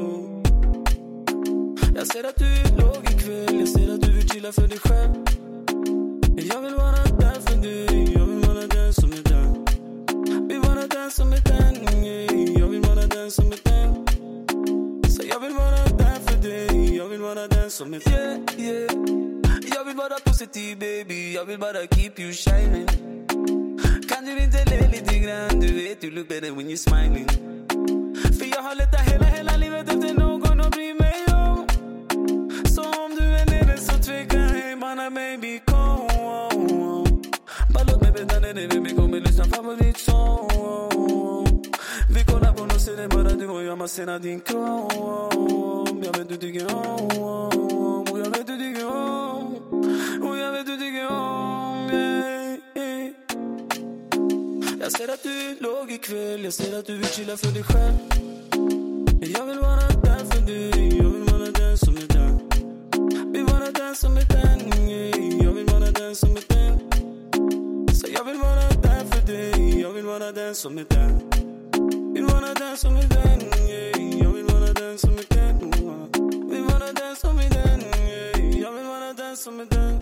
Jag ser att du är låg ikväll, jag ser att du vill chilla för dig själv. Jag vill vara där för dig, jag vill vara den som är där. Vill vara den som är den, jag vill vara den som är den. Så jag vill vara där för dig, jag vill vara den som är yeah. Jag vill vara positiv, baby, jag vill bara keep you shining. Kan du inte le lite grann, du vet you look better when you're smiling. För jag har letat hela livet efter någon att bry mig om. Så om du är nere så tveka, hey mana baby, come. Bara massera din kropp. Jag vet du tycker om. Och jag vet du tycker om. Och jag vet du tycker om. Jag ser att du är låg ikväll. Jag ser att du vill chilla för dig själv. Jag vill vara där för dig. Jag vill vara den som är där. Vill vara den som är den. Jag vill vara den som är den. Så jag vill vara där för dig. Jag vill vara den som är där. Vill vara den som är den. Jag vill vara den som är den. Vill vara den som är den. Jag vill vara den som är den.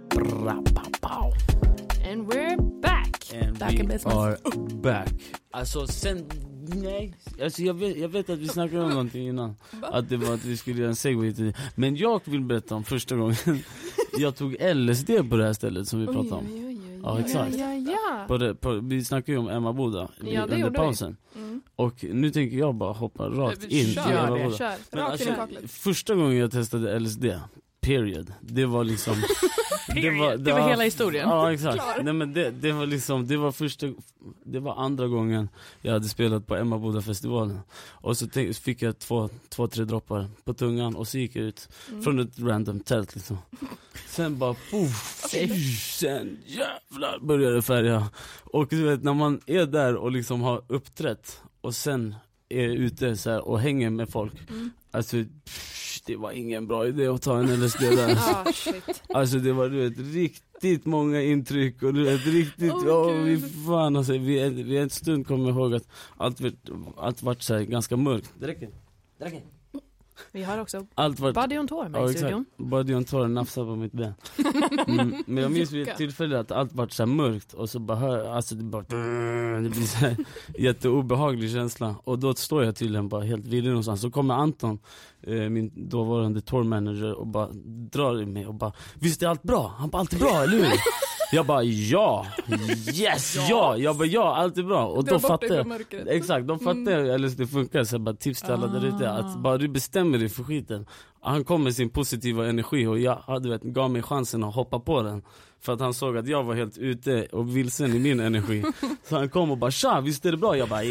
And we're back. And Back in we business. are back. Alltså sen, nej, alltså jag vet att vi snackade om någonting innan. Att det var att vi skulle göra en segway till det. Men jag vill berätta om första gången jag tog LSD på det här stället som vi pratade om. Ja, exakt. Vi snackade ju om Emma Boda under pausen. Och nu tänker jag bara hoppa rakt in till Emma Boda. Men alltså, första gången jag testade LSD, period. Det var liksom det var hela historien. Ja, exakt. Nej, men det var liksom det var andra gången jag hade spelat på Emma Boda festivalen. Och så fick jag 2-3 droppar på tungan och så gick jag ut från ett random tält liksom. Sen bara sen jävlar började det färga. Och du vet, när man är där och liksom har uppträtt och sen är ute så här och hänger med folk. Alltså det var ingen bra idé att ta en LSD där. Alltså det var, du vet, riktigt många intryck och du vet, riktigt, vi fan alltså, vi en stund kommer ihåg att allt vart så här ganska mörkt. Det räcker. Vi har också allt vart, Body on Tour med i studion. Body on Tour nafsade på mitt ben. Men jag minns vid ett tillfälle att allt vart så här mörkt och så bara alltså det blir så här jätteobehaglig känsla. Och då står jag tydligen bara helt villig någonstans. Så kommer Anton, min dåvarande tourmanager, och bara drar i mig och bara, visst är allt bra? Han bara, allt är bra, eller hur? Jag bara, ja, allt är bra. Och då fattar jag, exakt, de fattar eller det funkar. Så jag bara tips till alla där ute, att bara du bestämmer dig för skiten. Han kom med sin positiva energi och jag gav mig chansen att hoppa på den. För att han såg att jag var helt ute och vilsen i min energi. Så han kom och bara, tja, visst är det bra? Jag bara,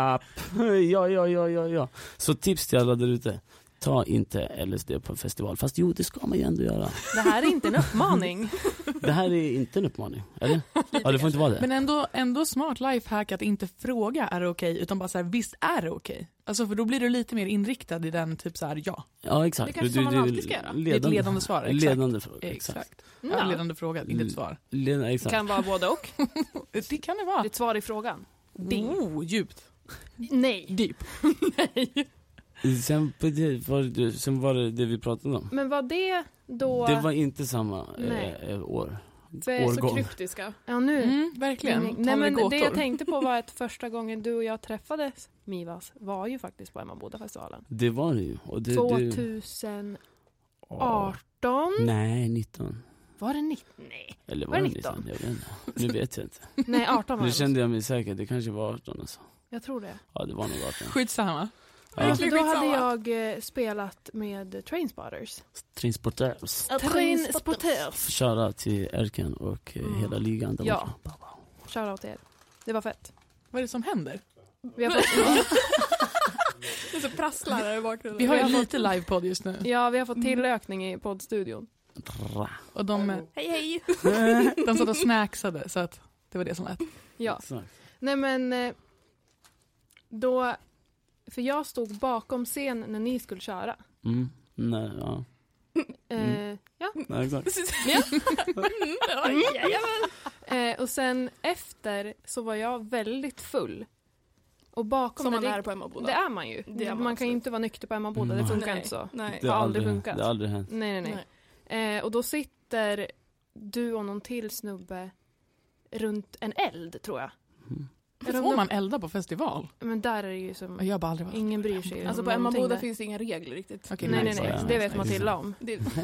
ja. Så tips till alla där ute. Ta inte LSD på en festival. Fast jo, det ska man ju ändå göra. Det här är inte en uppmaning. Det här är inte en uppmaning, eller? Ja, det får inte vara det. Men ändå smart lifehack att inte fråga är det okej, utan bara så här, visst är det okej? Alltså för då blir du lite mer inriktad i den typ så här, ja. Ja, exakt. Det kanske man alltid ska göra. Det är ett ledande svar, exakt. Ledande fråga, exakt. Ja, ledande fråga, inte ett svar. Exakt. Kan vara både och. Det kan det vara. Det är ett svar i frågan. Djupt. Nej. Deep. Nej. Sen var det vi pratade om. Men var det då... Det var inte samma år. Så kryptiska. Ja, nu. Verkligen. Nej, men det jag tänkte på var att första gången du och jag träffades, Mivas, var ju faktiskt på Emma Boda-festivalen. Det var det ju. Och 2018? Nej, 19. Var det 19? Nej. Eller var det 19? Jag vet inte. Nu vet jag inte. Nej, 18 var det. Nu kände jag mig säker. Det kanske var 18 alltså. Jag tror det. Ja, det var nog 18. Skitsamma. Ja. Då hade jag spelat med Trainspotters. Trainspotters. Trainspotters. till Erkan och hela ligan där borta. Shoutout till er. Det var fett. Vad är det som händer? Vi har fått... Det är så prasslar i bakgrunden. Vi har ju lite livepodd just nu. Ja, vi har fått tillökning i poddstudion. Och hej. De satt och snacksade, så att det var det som lät. Ja. Nej, men då... För jag stod bakom scen när ni skulle köra. Nej, ja. Ja. Nej, exakt. Och sen efter så var jag väldigt full. Och bakom som man är på Emma Boda. Det är man ju. Man kan ju inte vara nykter på Emma Boda. Det funkar inte så. Nej. Det har aldrig funkat. Det har aldrig hänt. Nej. Och då sitter du och någon till snubbe runt en eld, tror jag. Får man elda på festival? Men där är det ju som... Jag bara aldrig varit. Ingen bryr sig. Alltså på Emma Boda finns det inga regler riktigt. Okay, nej. Det vet Matilda om.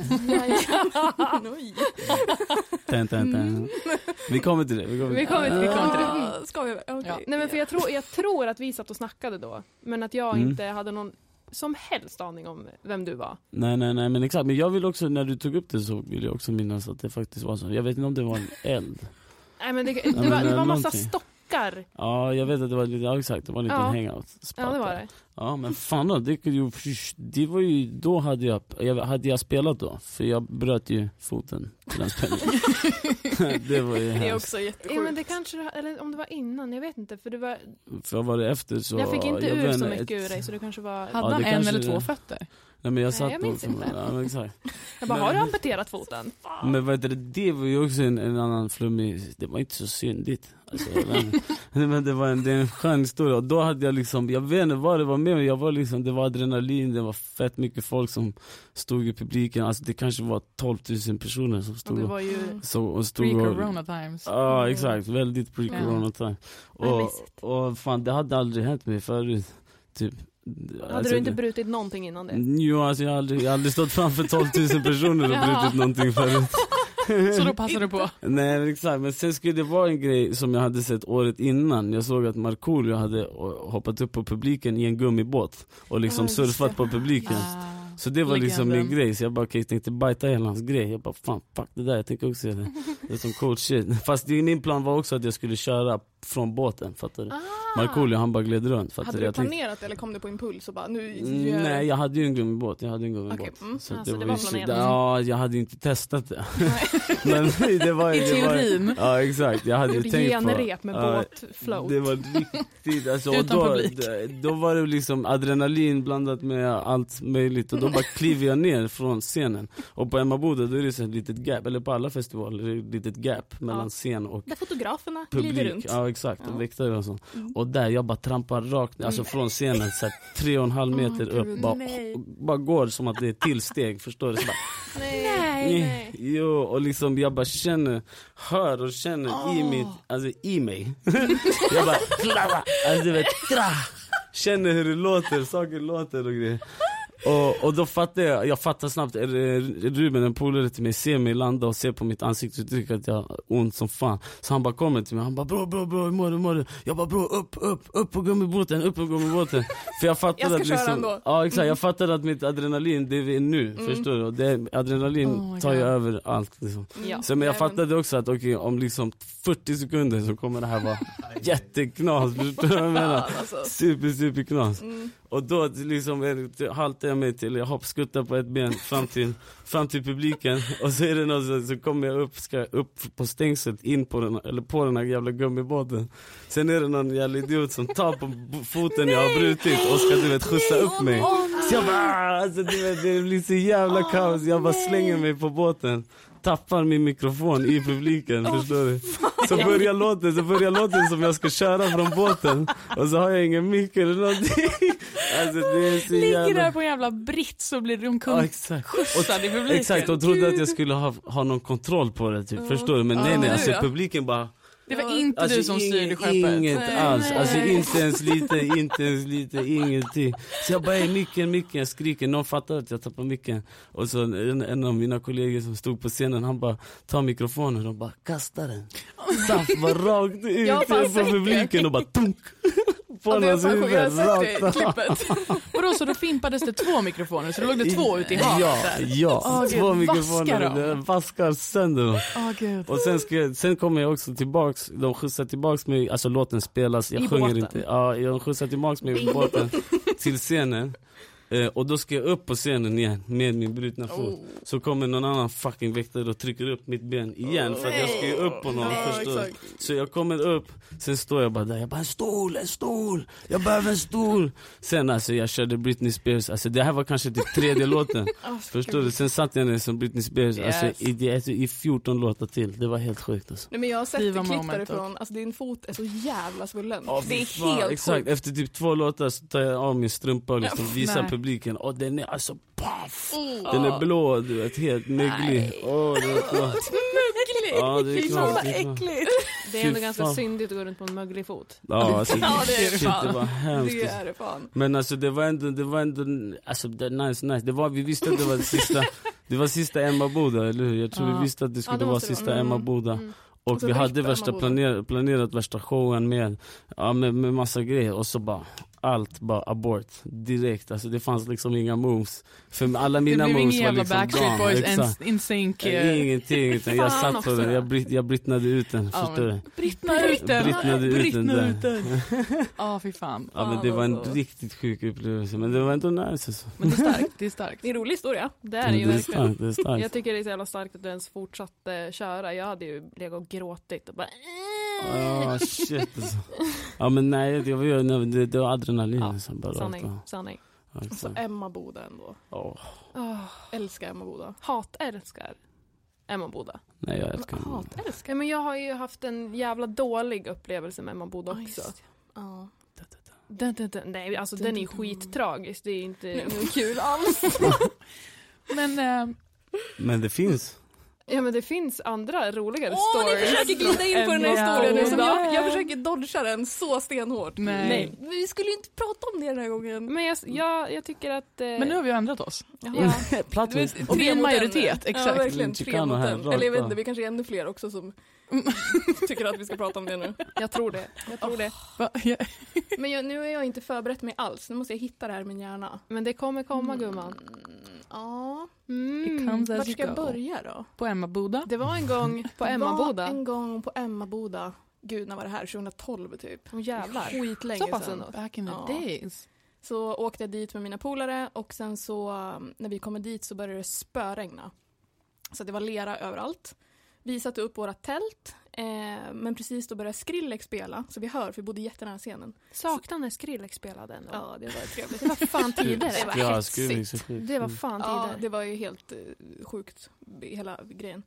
Vi kommer till det. Vi kommer till det. Ska vi? Okay. Ja. Nej, men för jag tror att vi satt och snackade då. Men att jag inte hade någon som helst aning om vem du var. Nej, men exakt. Men jag vill också, när du tog upp det så vill jag också minnas att det faktiskt var så. Jag vet inte om det var en eld. Nej, men det var massa stockar backar. Ja, jag vet att det var lite, exakt, det var en liten hangout-spot. Ja, det var det. Ja, men fan då, det var ju, då hade jag spelat då, för jag bröt ju foten till den spelningen. Det var ju Det är hemskt. också jättesjukt. Ja, men det kanske, eller om det var innan, jag vet inte, för det var... För var det efter så... Jag fick inte jag ur vet så inte, mycket ur dig, så det kanske var... Hade han det en kanske eller det. 2 fötter? Nej, men jag satt jag minns inte. Ja, men exakt. Jag bara, har du amputerat foten? Men vad heter det var ju också en annan flummig, det var inte så syndigt. Alltså, men det är en skön historia. Och då hade jag liksom, jag vet inte vad det var med mig, jag var liksom, det var adrenalin, det var fett mycket folk som stod i publiken. Alltså det kanske var 12 000 personer som stod Och det var ju pre-corona times. Ja, exakt, väldigt pre-corona time. Och fan, det hade aldrig hänt mig förut. Typ. Hade du inte brutit någonting innan det? Jo, alltså jag har aldrig stått framför 12 000 personer och brutit någonting förut. Så då passade du på. Nej, exakt, men sen skulle det vara en grej som jag hade sett året innan. Jag såg att Markoolio hade hoppat upp på publiken i en gummibåt och liksom surfat på publiken. Så det var liksom min grej, så jag bara tänkte bajta hela hans grej. Jag bara fuck det där, jag tänker också göra det. Det är som cool shit. Fast min plan var också att jag skulle köra från båten, fattar du? Markoolio, han bara gled runt. Hade du planerat eller kom det på impuls och bara nej, jag hade ju en gummibåt. Så det var planerat. Ja, jag hade inte testat det. Men det var i teorin. Ja, exakt. Jag hade ju tänkt på genrep med båtfloat. Det var riktigt alltså, och då var det liksom adrenalin blandat med allt möjligt. Och då bara kliver jag ner från scenen. Och på Emmaboda då är det så ett litet gap, eller på alla festivaler är det ett litet gap mellan scen och där fotograferna publik. glider runt. Ja, exakt, och väktare och så. Och där jag bara trampar rakt, alltså från scenen så 3,5 meter upp, bara går som att det är till steg, förstår du? Så bara, nej. Jo, och liksom jag bara hör och känner i mig. Jag bara, alltså du vet, känner hur det låter, saker låter och grejer. Och då fattar jag fattar snabbt, Ruben, en polare till mig, ser mig landa och ser på mitt ansikte och tycker att jag har ont som fan. Så han bara kommer till mig, han bara bro, hur mår du? Jag bara bro, upp på gummibåten. För jag fattade att liksom, ja exakt, jag fattade att mitt adrenalin, det är nu, förstår du? Och det, adrenalin tar ju över allt liksom. Så men jag fattade också att okej, om liksom 40 sekunder så kommer det här vara jätteknas, förstår du vad jag menar? Super knas. Och då liksom haltar jag mig till, jag hoppskuttar på ett ben fram till publiken. Och så är det något så kommer jag ska upp på stängslet in på den här jävla gummibåten. Sen är det någon jävla idiot som tar på foten jag har brutit och ska du vet skjutsa upp mig. Så jag bara, alltså du vet, det blir så jävla kaos. Jag bara slänger mig på båten. Tappar min mikrofon i publiken, förstår du? Så börjar låten som jag ska köra från båten. Och så har jag ingen mick eller någonting. Alltså det är så jävla... Ligger där på en jävla brits och blir skjutsad i publiken. Exakt, och trodde att jag skulle ha någon kontroll på det, typ, förstår du? Men nej, alltså publiken bara... Det var inte du som styrde skeppet. Inget alls, alltså inte ens lite, ingenting. Så jag bara, micken, jag skriker, någon fattar att jag tappar micken. Och så en av mina kollegor som stod på scenen, han bara tar mikrofonen och bara kastar den. Saft var rakt ut på publiken och bara tunk. På hans huvud, rakt. Och så då fimpades det 2 mikrofoner, så då låg det 2 ute i havet. Ja, 2 mikrofoner, det vaskar sönder. Gud. Och sen kommer jag också tillbaks, de skjutsar tillbaks mig, alltså låten spelas, jag sjunger inte. Ja, jag skjutsar tillbaks mig i båten till scenen. Och då ska jag upp på scenen igen med min brutna fot. Så kommer någon annan fucking väktare och trycker upp mitt ben igen för att jag ska ju upp på någon, förstår. Så jag kommer upp, sen står jag bara där, jag bara en stol, jag behöver en stol. Sen alltså jag körde Britney Spears, alltså det här var kanske typ 3:e låten. Förstår du? Sen satt jag ner som Britney Spears, alltså i 14 låtar till. Det var helt sjukt alltså. Nej, men jag har sett det klipp därifrån, alltså din fot är så jävla svullen. Det är helt exakt, sjukt. Efter typ 2 låtar så tar jag av min strumpa och liksom visar publiken. Och den är alltså paff. Den är blå, du vet, helt möglig. Det är klart. Ja, det är klart. Det är ändå ganska syndigt att gå runt på en möglig fot. Ja, alltså, det är det fan. Det var hemskt. Det är det fan. Men alltså det var ändå alltså det nice. Vi visste att det var det var sista Emmaboda, eller hur? Jag tror vi visste att det skulle vara sista Emmaboda. Och vi hade planerat värsta showen med massa grejer. Och så bara, allt bara abort direkt. Alltså det fanns liksom inga moves. För alla mina moves var liksom Backstreet Boys gone. in sync. Ingenting, utan jag satt på den. Jag brittnade ut den, förstår du? Brittnade ut den. Ja, fy fan. Ja, men det var en riktigt sjuk upplevelse, men det var ändå nice alltså. Men det är starkt, det är starkt. Det är en rolig historia. Det är ju verkligen. Det är starkt. Jag tycker det är så jävla starkt att du ens fortsatte köra. Jag hade ju legat och gråtit och bara Shit alltså. Ja men nej, det var adrenalin som bara sanning. Så Emma Boda ändå. Älskar Emma Boda. Älskar Emma Boda. Nej, jag älskar Emma. Älskar. Men jag har ju haft en jävla dålig upplevelse med Emma Boda också. Ja. Nej, alltså den är ju skittragisk. Det är inte kul alls. Men det finns. Ja, men det finns andra roligare stories. Ni försöker glida in på den här historien. Jag försöker dodga den så stenhårt. Nej. Vi skulle ju inte prata om det den här gången. Men jag tycker att... Men nu har vi ändrat oss. Ja. Och vi är en majoritet, exakt. Ja, verkligen 3 mot 1. Eller jag vet inte, vi kanske är ännu fler också som tycker att vi ska prata om det nu. Jag tror det. Men nu är jag inte förberett mig alls. Nu måste jag hitta det här i min hjärna. Men det kommer komma, gumman. Ja. Vart ska jag börja då? På Emma Boda. Det var en gång på Emma Boda. En gång på Emma Boda. Gud, när var det här? 2012 typ. Jävlar. Skitlänge så pass sedan. ändå. Back in the days. Så åkte jag dit med mina polare och sen så när vi kommer dit så började det spöregna. Så det var lera överallt. Vi satte upp våra tält, men precis då började Skrillex spela, så vi hör, för vi bodde jättenära scenen. Saknar när Skrillex spelade ändå. Ja, det var trevligt. Det var fan tider. Det var hetsigt. Det var fan tider. Ja, det var ju helt sjukt, hela grejen.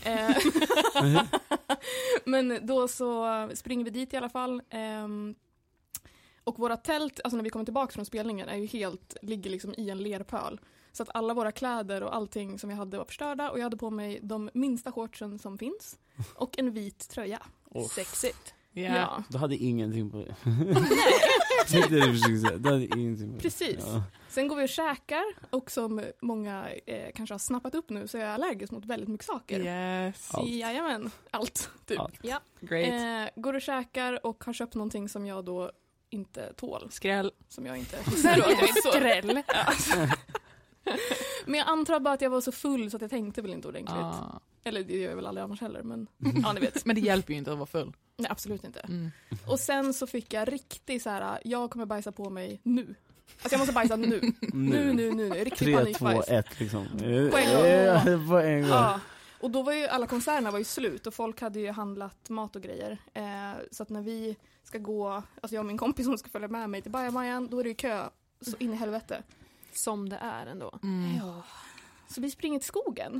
Men då så springer vi dit i alla fall. Och våra tält, alltså när vi kommer tillbaka från spelningen, är ju ligger liksom i en lerpöl. Så att alla våra kläder och allting som vi hade var förstörda. Och jag hade på mig de minsta shortsen som finns. Och en vit tröja. Sexigt. Yeah. Ja. Du hade ingenting på det. Nej. Det är det du hade ingenting på det. Precis. Ja. Sen går vi och käkar. Och som många kanske har snappat upp nu så är jag allergisk mot väldigt mycket saker. Yes. Jajamän. Allt. Typ. Allt. Ja. Great. Går och käkar och har köpt någonting som jag då inte tål. Skräll. Som jag inte... Skräll. Ja. Men jag antar bara att jag var så full så att jag tänkte väl inte ordentligt. Eller det gör jag väl aldrig annars heller. Men, ja, ni vet. Men det hjälper ju inte att vara full. Nej, absolut inte. Och sen så fick jag riktigt så här: jag kommer bajsa på mig nu. Alltså jag måste bajsa nu. Nu. Riktigt panikbajs. 3, 2, 1 liksom. På en gång. Ja. Och då var ju alla konserterna var ju slut och folk hade ju handlat mat och grejer. Så att när vi ska gå, alltså jag och min kompis som ska följa med mig till Bajamajan, då är det ju kö så in i helvete. Som det är ändå. Ja. Så vi springer till skogen.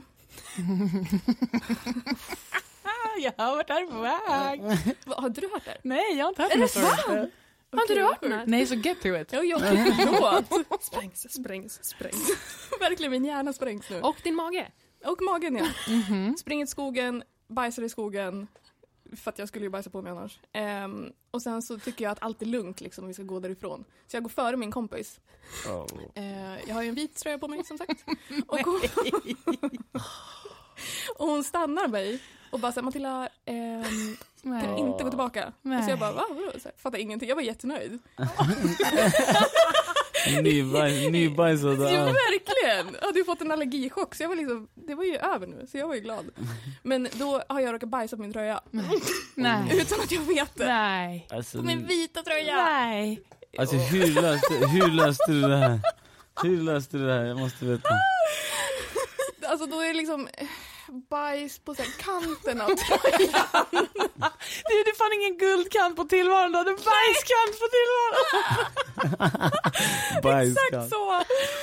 Jag har varit där på väg. Har du hört det? Nej, jag har inte hört det. Är det sant? Har inte du hört det? Nej, så get to it. Jag förlåt. Sprängs. Verkligen, min hjärna sprängs nu. Och din mage. Och magen, ja. Springer till skogen, bajsar i skogen. För att jag skulle ju bajsa på mig annars. Och sen så tycker jag att allt är lugnt liksom, om vi ska gå därifrån. Så jag går före min kompis. Jag har ju en vit tröja på mig som sagt. Och hon stannar mig och bara säger: Matilda, kan inte gå tillbaka. Och så jag bara, va? Så fattar ingenting. Jag var jättenöjd. Nybajsad. Ja, verkligen. Jag hade ju fått en allergichock så jag var liksom, det var ju över nu så jag var ju glad. Men då har jag råkat bajsa på min tröja. Nej. Utan att jag vet det. Nej. Alltså, på min vita tröja. Nej. Alltså hur löste du det här? Hur löste du det här? Jag måste veta. Alltså då är det liksom bajs på så här kanten av tröjan. Du är fan ingen guldkant på tillvaron, du hade bajskant på tillvaron. Exakt så.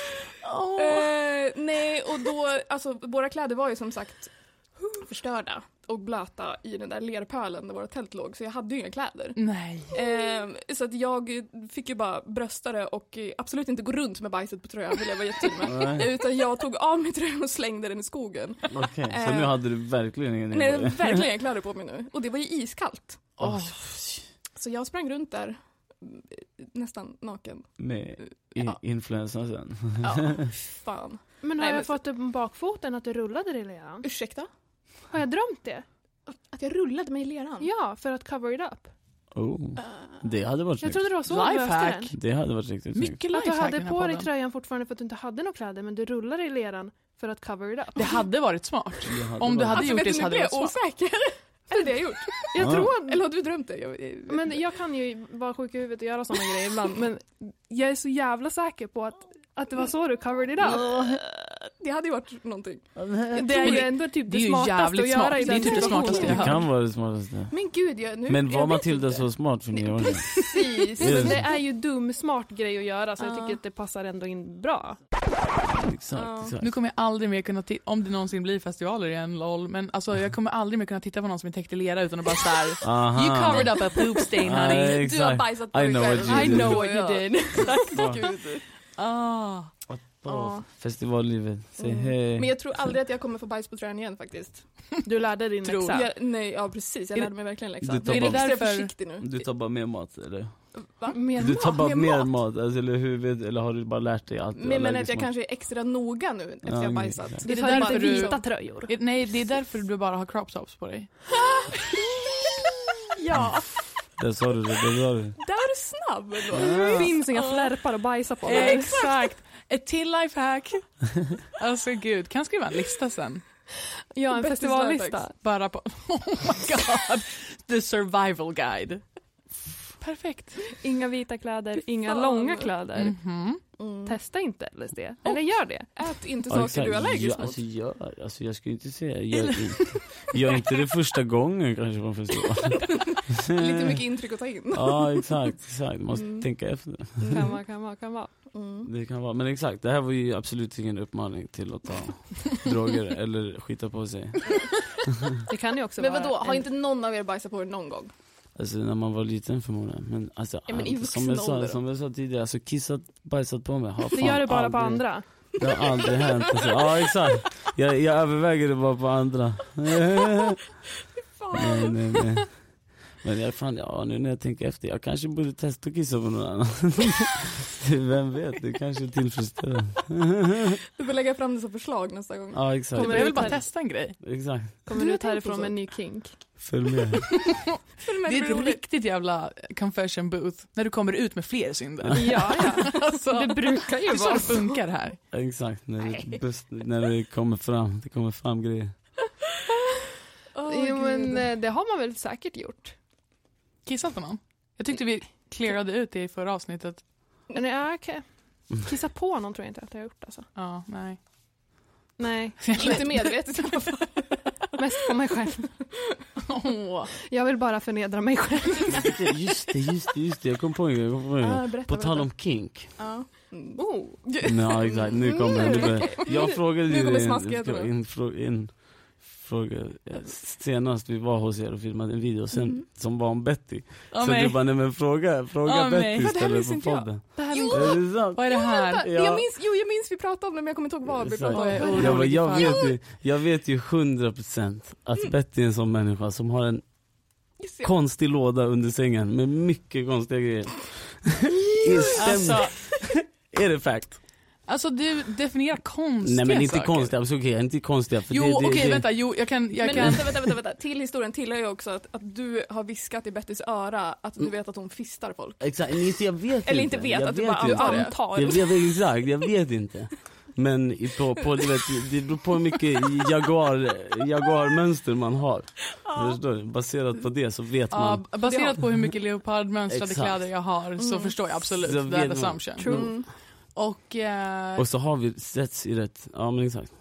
Nej, och då, alltså våra kläder var ju som sagt förstörda och blöta i den där lerpölen där våra tält låg, så jag hade ju inga kläder. Nej. Så att jag fick ju bara brösta det och absolut inte gå runt med bajset på tröjan, vill jag vara jättetydlig med. Utan jag tog av mig tröjan och slängde den i skogen. Okej, så nu hade du verkligen ingen Nej, verkligen kläder på mig nu. Och det var ju iskallt. Så jag sprang runt där nästan naken. Med influensan sen. Ja, fan. Men har jag fått upp en bakfoten att du rullade i leran? Ursäkta? Har jag drömt det? Att jag rullade mig i leran? Ja, för att cover it up. Det hade varit Jag trodde det var så du löste den. Det hade varit riktigt snyggt. Mycket Att du lifehack i hade den här på dig podden. tröjan fortfarande för att du inte hade några kläder, men du rullar i leran för att cover it up. Det hade varit smart. Det hade Om du varit- hade gjort det så hade det jag varit smart. osäker. Är det det jag gjort? Jag Ja. tror att... Eller har du drömt det? Men jag kan ju vara sjuk i huvudet och göra sådana grejer ibland, men jag är så jävla säker på att det var så du covered it up. Det hade ju varit någonting. Det är ju ändå typ Det är det ju smartaste jävligt att göra smart. i Det är den typ det smartaste situationen. jag Det hör. kan vara det smartaste. Men gud, Men var jag vet Matilda inte. så smart för 9 år sedan? Precis, Det är men så. det är ju dum smart grej att göra, så jag Ja. tycker att det passar ändå in bra. Exakt. Nu kommer jag aldrig mer kunna om det någonsin blir festivaler igen, lol. Men alltså, jag kommer aldrig mer kunna titta på någon som är täckt i lera utan att bara såhär, Aha. you covered up a poop stain, Ja, honey. exakt. Du har bajsat på I dig know själv. what you I did. know what you did. Ah. Festivallivet, säg hej. Men jag tror aldrig att jag kommer få bajs på tröjan igen faktiskt. Du lärde din läxa. Nej, precis. Jag lärde mig verkligen läxan. Du tar Jag är bara- extra försiktig nu. Du tar bara mer mat, eller? Va? Du tar bara Mer mer mat, alltså, eller har du bara lärt dig allt? Men att jag kanske är extra noga nu efter jag har bajsat. exakt. Det Det är är därför därför du- vita tröjor. Nej, det är därför du bara har crop tops på dig. Ja, Där sa du det, där sa du. där är du snabb ändå. Det finns inga flärpar att bajsa på. Exakt! Ett till lifehack. Alltså gud, kan jag skriva en lista sen? Ja, en Bättre festivallista. lifehacks. Bara på, oh my god, the survival guide. Perfekt. Inga vita kläder, inga Fan. långa kläder. Mhm. Testa inte LSD. Eller gör det. Ät inte Ja, saker exakt. du är allergisk Ja, mot. alltså jag skulle inte säga, jag är inte det första gången kanske på en festival. Lite mycket intryck att ta in. Ja, exakt. Måste tänka efter. Kan vara. Det kan vara, men exakt, det här var ju absolut ingen uppmaning till att ta droger eller skita på sig. Det kan ju också Men vara... vadå, har inte någon av er bajsat på er någon gång? Alltså när man var liten förmodligen. Men alltså, Ja, men i vuxen ålder då? som jag sa tidigare, alltså bajsat på mig. Har Det fan gör det bara på aldrig- andra. Det har aldrig hänt. Alltså, ja, exakt. Jag överväger det bara på andra. Nej. Men nu när jag tänker efter, jag kanske borde testa att kissa på någon annan. Vem vet, det kanske är tillfredsställande. Du får lägga fram det som förslag nästa gång. Ja, exakt. Jag vill bara testa en grej. Exakt. Kommer Du du har ut härifrån tänkt på med så? en ny kink? Följ med. Det är ett riktigt jävla confession booth när du kommer ut med fler synder. Ja. Alltså, Det brukar det ju är så vara det så. funkar här. Exakt, när det kommer fram grejer. Jo, men det har man väl säkert gjort. Kissat på någon? Jag tyckte vi clearade ut det i förra avsnittet. Nej, okej. Kissa på någon tror jag inte att jag har gjort alltså. Ja, nej. Nej, Inte medvetet i alla fall. mest på mig själv. Åh. Jag vill bara förnedra mig själv. Just det, jag kom på en grej. Berätta, På tal om kink. Ja. Ja, exakt, nu kommer det. Jag frågade Nu ju kommer dig smaskigheterna. en fråga senast vi var hos er och filmade en video sen som var om Betty. Åh, Så nej. du bara, nej men fråga Åh, Betty nej. Det här istället minns på inte jag. podden. Det här Jo! Är det sant? Vad är det här? Ja. Jag minns vi pratade om det, men jag kommer inte ihåg vad vi Exakt. pratade om. Jag, bara, jag vet ju 100% att Betty är en sån människa som har en konstig låda under sängen med mycket konstiga grejer. Alltså, Är det fact? alltså du definierar konstiga Nej men inte saker. konstiga, alltså, okej, inte konstiga för Jo, det, okej, vänta, jag kan... Men vänta. Till historien tillhör ju också att du har viskat i Bettys öra att du vet att hon fistar folk. Exakt, inte, jag vet Eller inte. inte vet, Jag att du vet bara inte. antar. Jag vet exakt, jag vet inte. Men du vet, det beror på hur mycket jaguarmönster man har. Förstår du? Baserat på det så vet man. Ja, baserat på hur mycket leopardmönstrade Exakt. kläder jag har så förstår jag absolut Så that vet man. assumption. True. Och... Och så har vi setts i rätt. Ja men exakt.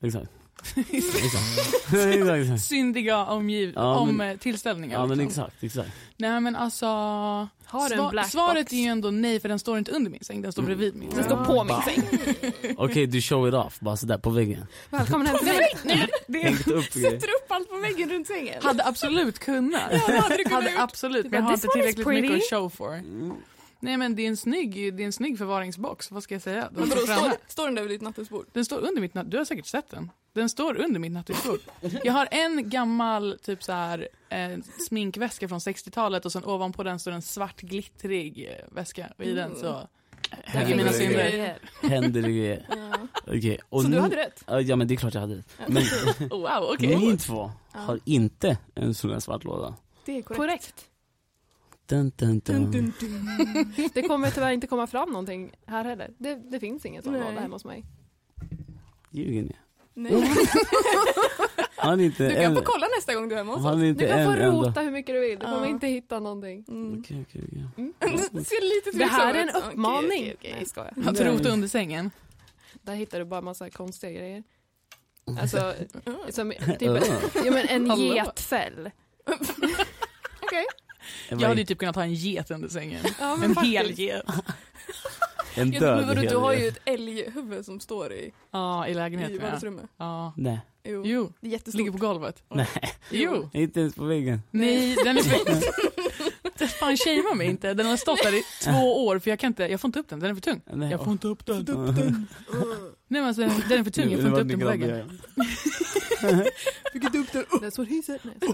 Exakt. syndiga Ja, men- tillställningar. Ja men liksom. exakt. Nej men alltså... Har du en black svaret box? är ju ändå nej, för den står inte under min säng, den står bredvid min Den säng. står på min säng. Okej, du show it off bara sådär på väggen. Välkommen hem till mig. Hängt upp grejer. Sätter upp allt på väggen runt sängen. Hade absolut kunnat. hade Absolut, men jag har inte tillräckligt mycket att show for. Nej men det är en snygg förvaringsbox, vad ska jag säga? Den Men står vadå, framme. står den där vid ditt nattduksbord? Den står under mitt du har säkert sett den. Den står under mitt nattduksbord. Jag har en gammal typ så här sminkväska från 60-talet och sen ovanpå den står en svart glittrig väska och i den så lägger mina synder. Händer det grejer. Okej. Och Så nu, du hade rätt? Ja men det är klart jag hade rätt. Men Wow, ni två har inte en sån här svart låda. Det är korrekt. Korrekt. Dun, dun, dun. Det kommer tyvärr inte komma fram någonting här heller. Det finns inget sånt låda hemma hos mig. Ljuger ni? Nej. Han inte Du kan få kolla nästa gång du är hemma hos oss. Du kan få rota hur mycket du vill. Du kommer inte hitta någonting. Okej, Det ser lite Det här är en tveksam ut. uppmaning. Okej. Nej, jag skojar. Att rota under sängen. Där hittar du bara massa konstiga grejer. Alltså, som, typ, ja, men en getfäll. Okej. Jag hade ju typ kunnat ha en get under sängen. Ja, men En faktiskt. hel get. En Men död vadå, hel du har del. ju ett älghuvud som står i Ja, i lägenheten. vardagsrummet. Ja. Nej. Jo, Det är jättestort. ligger på golvet. Nej. Jo. Inte ens på väggen. Nej, den är för... Fan, shamea mig inte. Den har stått där i 2 år för jag får inte upp den. Den är för tung. Nej, Jag får inte upp den. Nej, men alltså, den är för tung. Jag får inte upp den på väggen. Fick du upp den? That's what he said. Nej.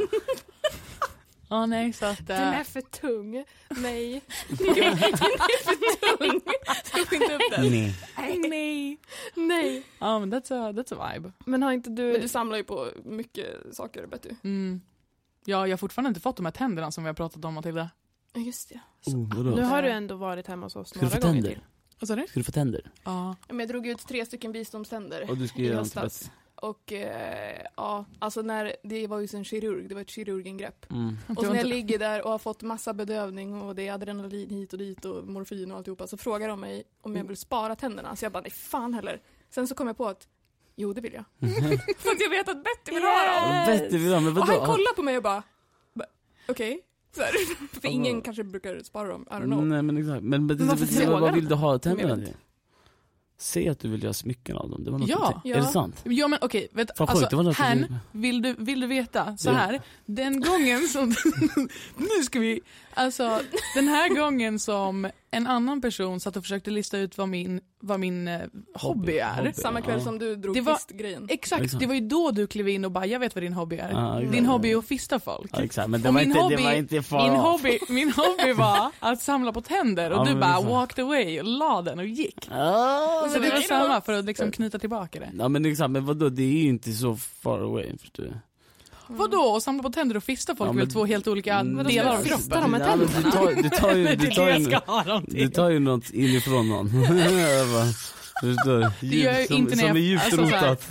Ja, nej, så att... Den är för tung. Nej. Den är för tung. Du får inte upp den. Nej. Nej. Nej. Ja, men that's a vibe. Men har inte Men du... du samlar ju på mycket saker, Betty. Mm. Ja, jag har fortfarande inte fått de här tänderna som vi har pratat om, Matilda. Ja, just det. Vadå? Nu har du ändå varit hemma hos oss Ska du några få gånger tänder? till. Vad sa du? Ska du få tänder? Ja. Men jag drog ut 3 stycken visdomständer Och du ska i göra dem till höstas. Och ja, alltså när det var ju en kirurg, det var ett kirurgingrepp. Och så när jag ligger där och har fått massa bedövning och det är adrenalin hit och dit och morfin och alltihopa, så frågar de mig om jag vill spara tänderna. Så jag bara, nej fan heller. Sen så kom jag på att, jo det vill jag. För att jag vet att Betty vill ha dem. Betty vill ha, men Och vadå? han kollar på mig och bara okej. För ingen kanske brukar spara dem, I don't know. Nej, men exakt. Men varför frågar vad de vill du ha tänderna Jag vet till? Säg att du vill göra smycken av dem. Det var något Ja. du tänkte. Är det sant? Ja, men okej, vet Fan, alltså, sjukt, det var något här, vill du veta så Ja. här, den gången som nu ska vi, alltså den här gången som en annan person satt och försökte lista ut vad min hobby är. Hobby. Samma kväll Ja. som du drog Det var- fistgrejen. Exakt, det var ju då du klev in och bara, jag vet vad din hobby är. Ja, exakt. Din hobby är att fista folk. Ja, exakt. Men det Och var, min inte, hobby- det var inte far Min hobby var att samla på tänder och Ja, du men bara liksom. walked away och la den och gick. Ah, Så det var samma för att liksom knyta tillbaka det. ja, men exakt. Men vadå? Det är ju inte så far away, förstår du? Vadå? Samla på tänder och fista folk Ja, är väl men- 2 helt olika Mm, delar av ska kroppen? fista dem med Ja, men tänderna? du tar ju, till. du tar ju något inifrån någon. Jag bara, förstår du? Det gör jag Som, inte när som jag- är djupt alltså, så här- rotat.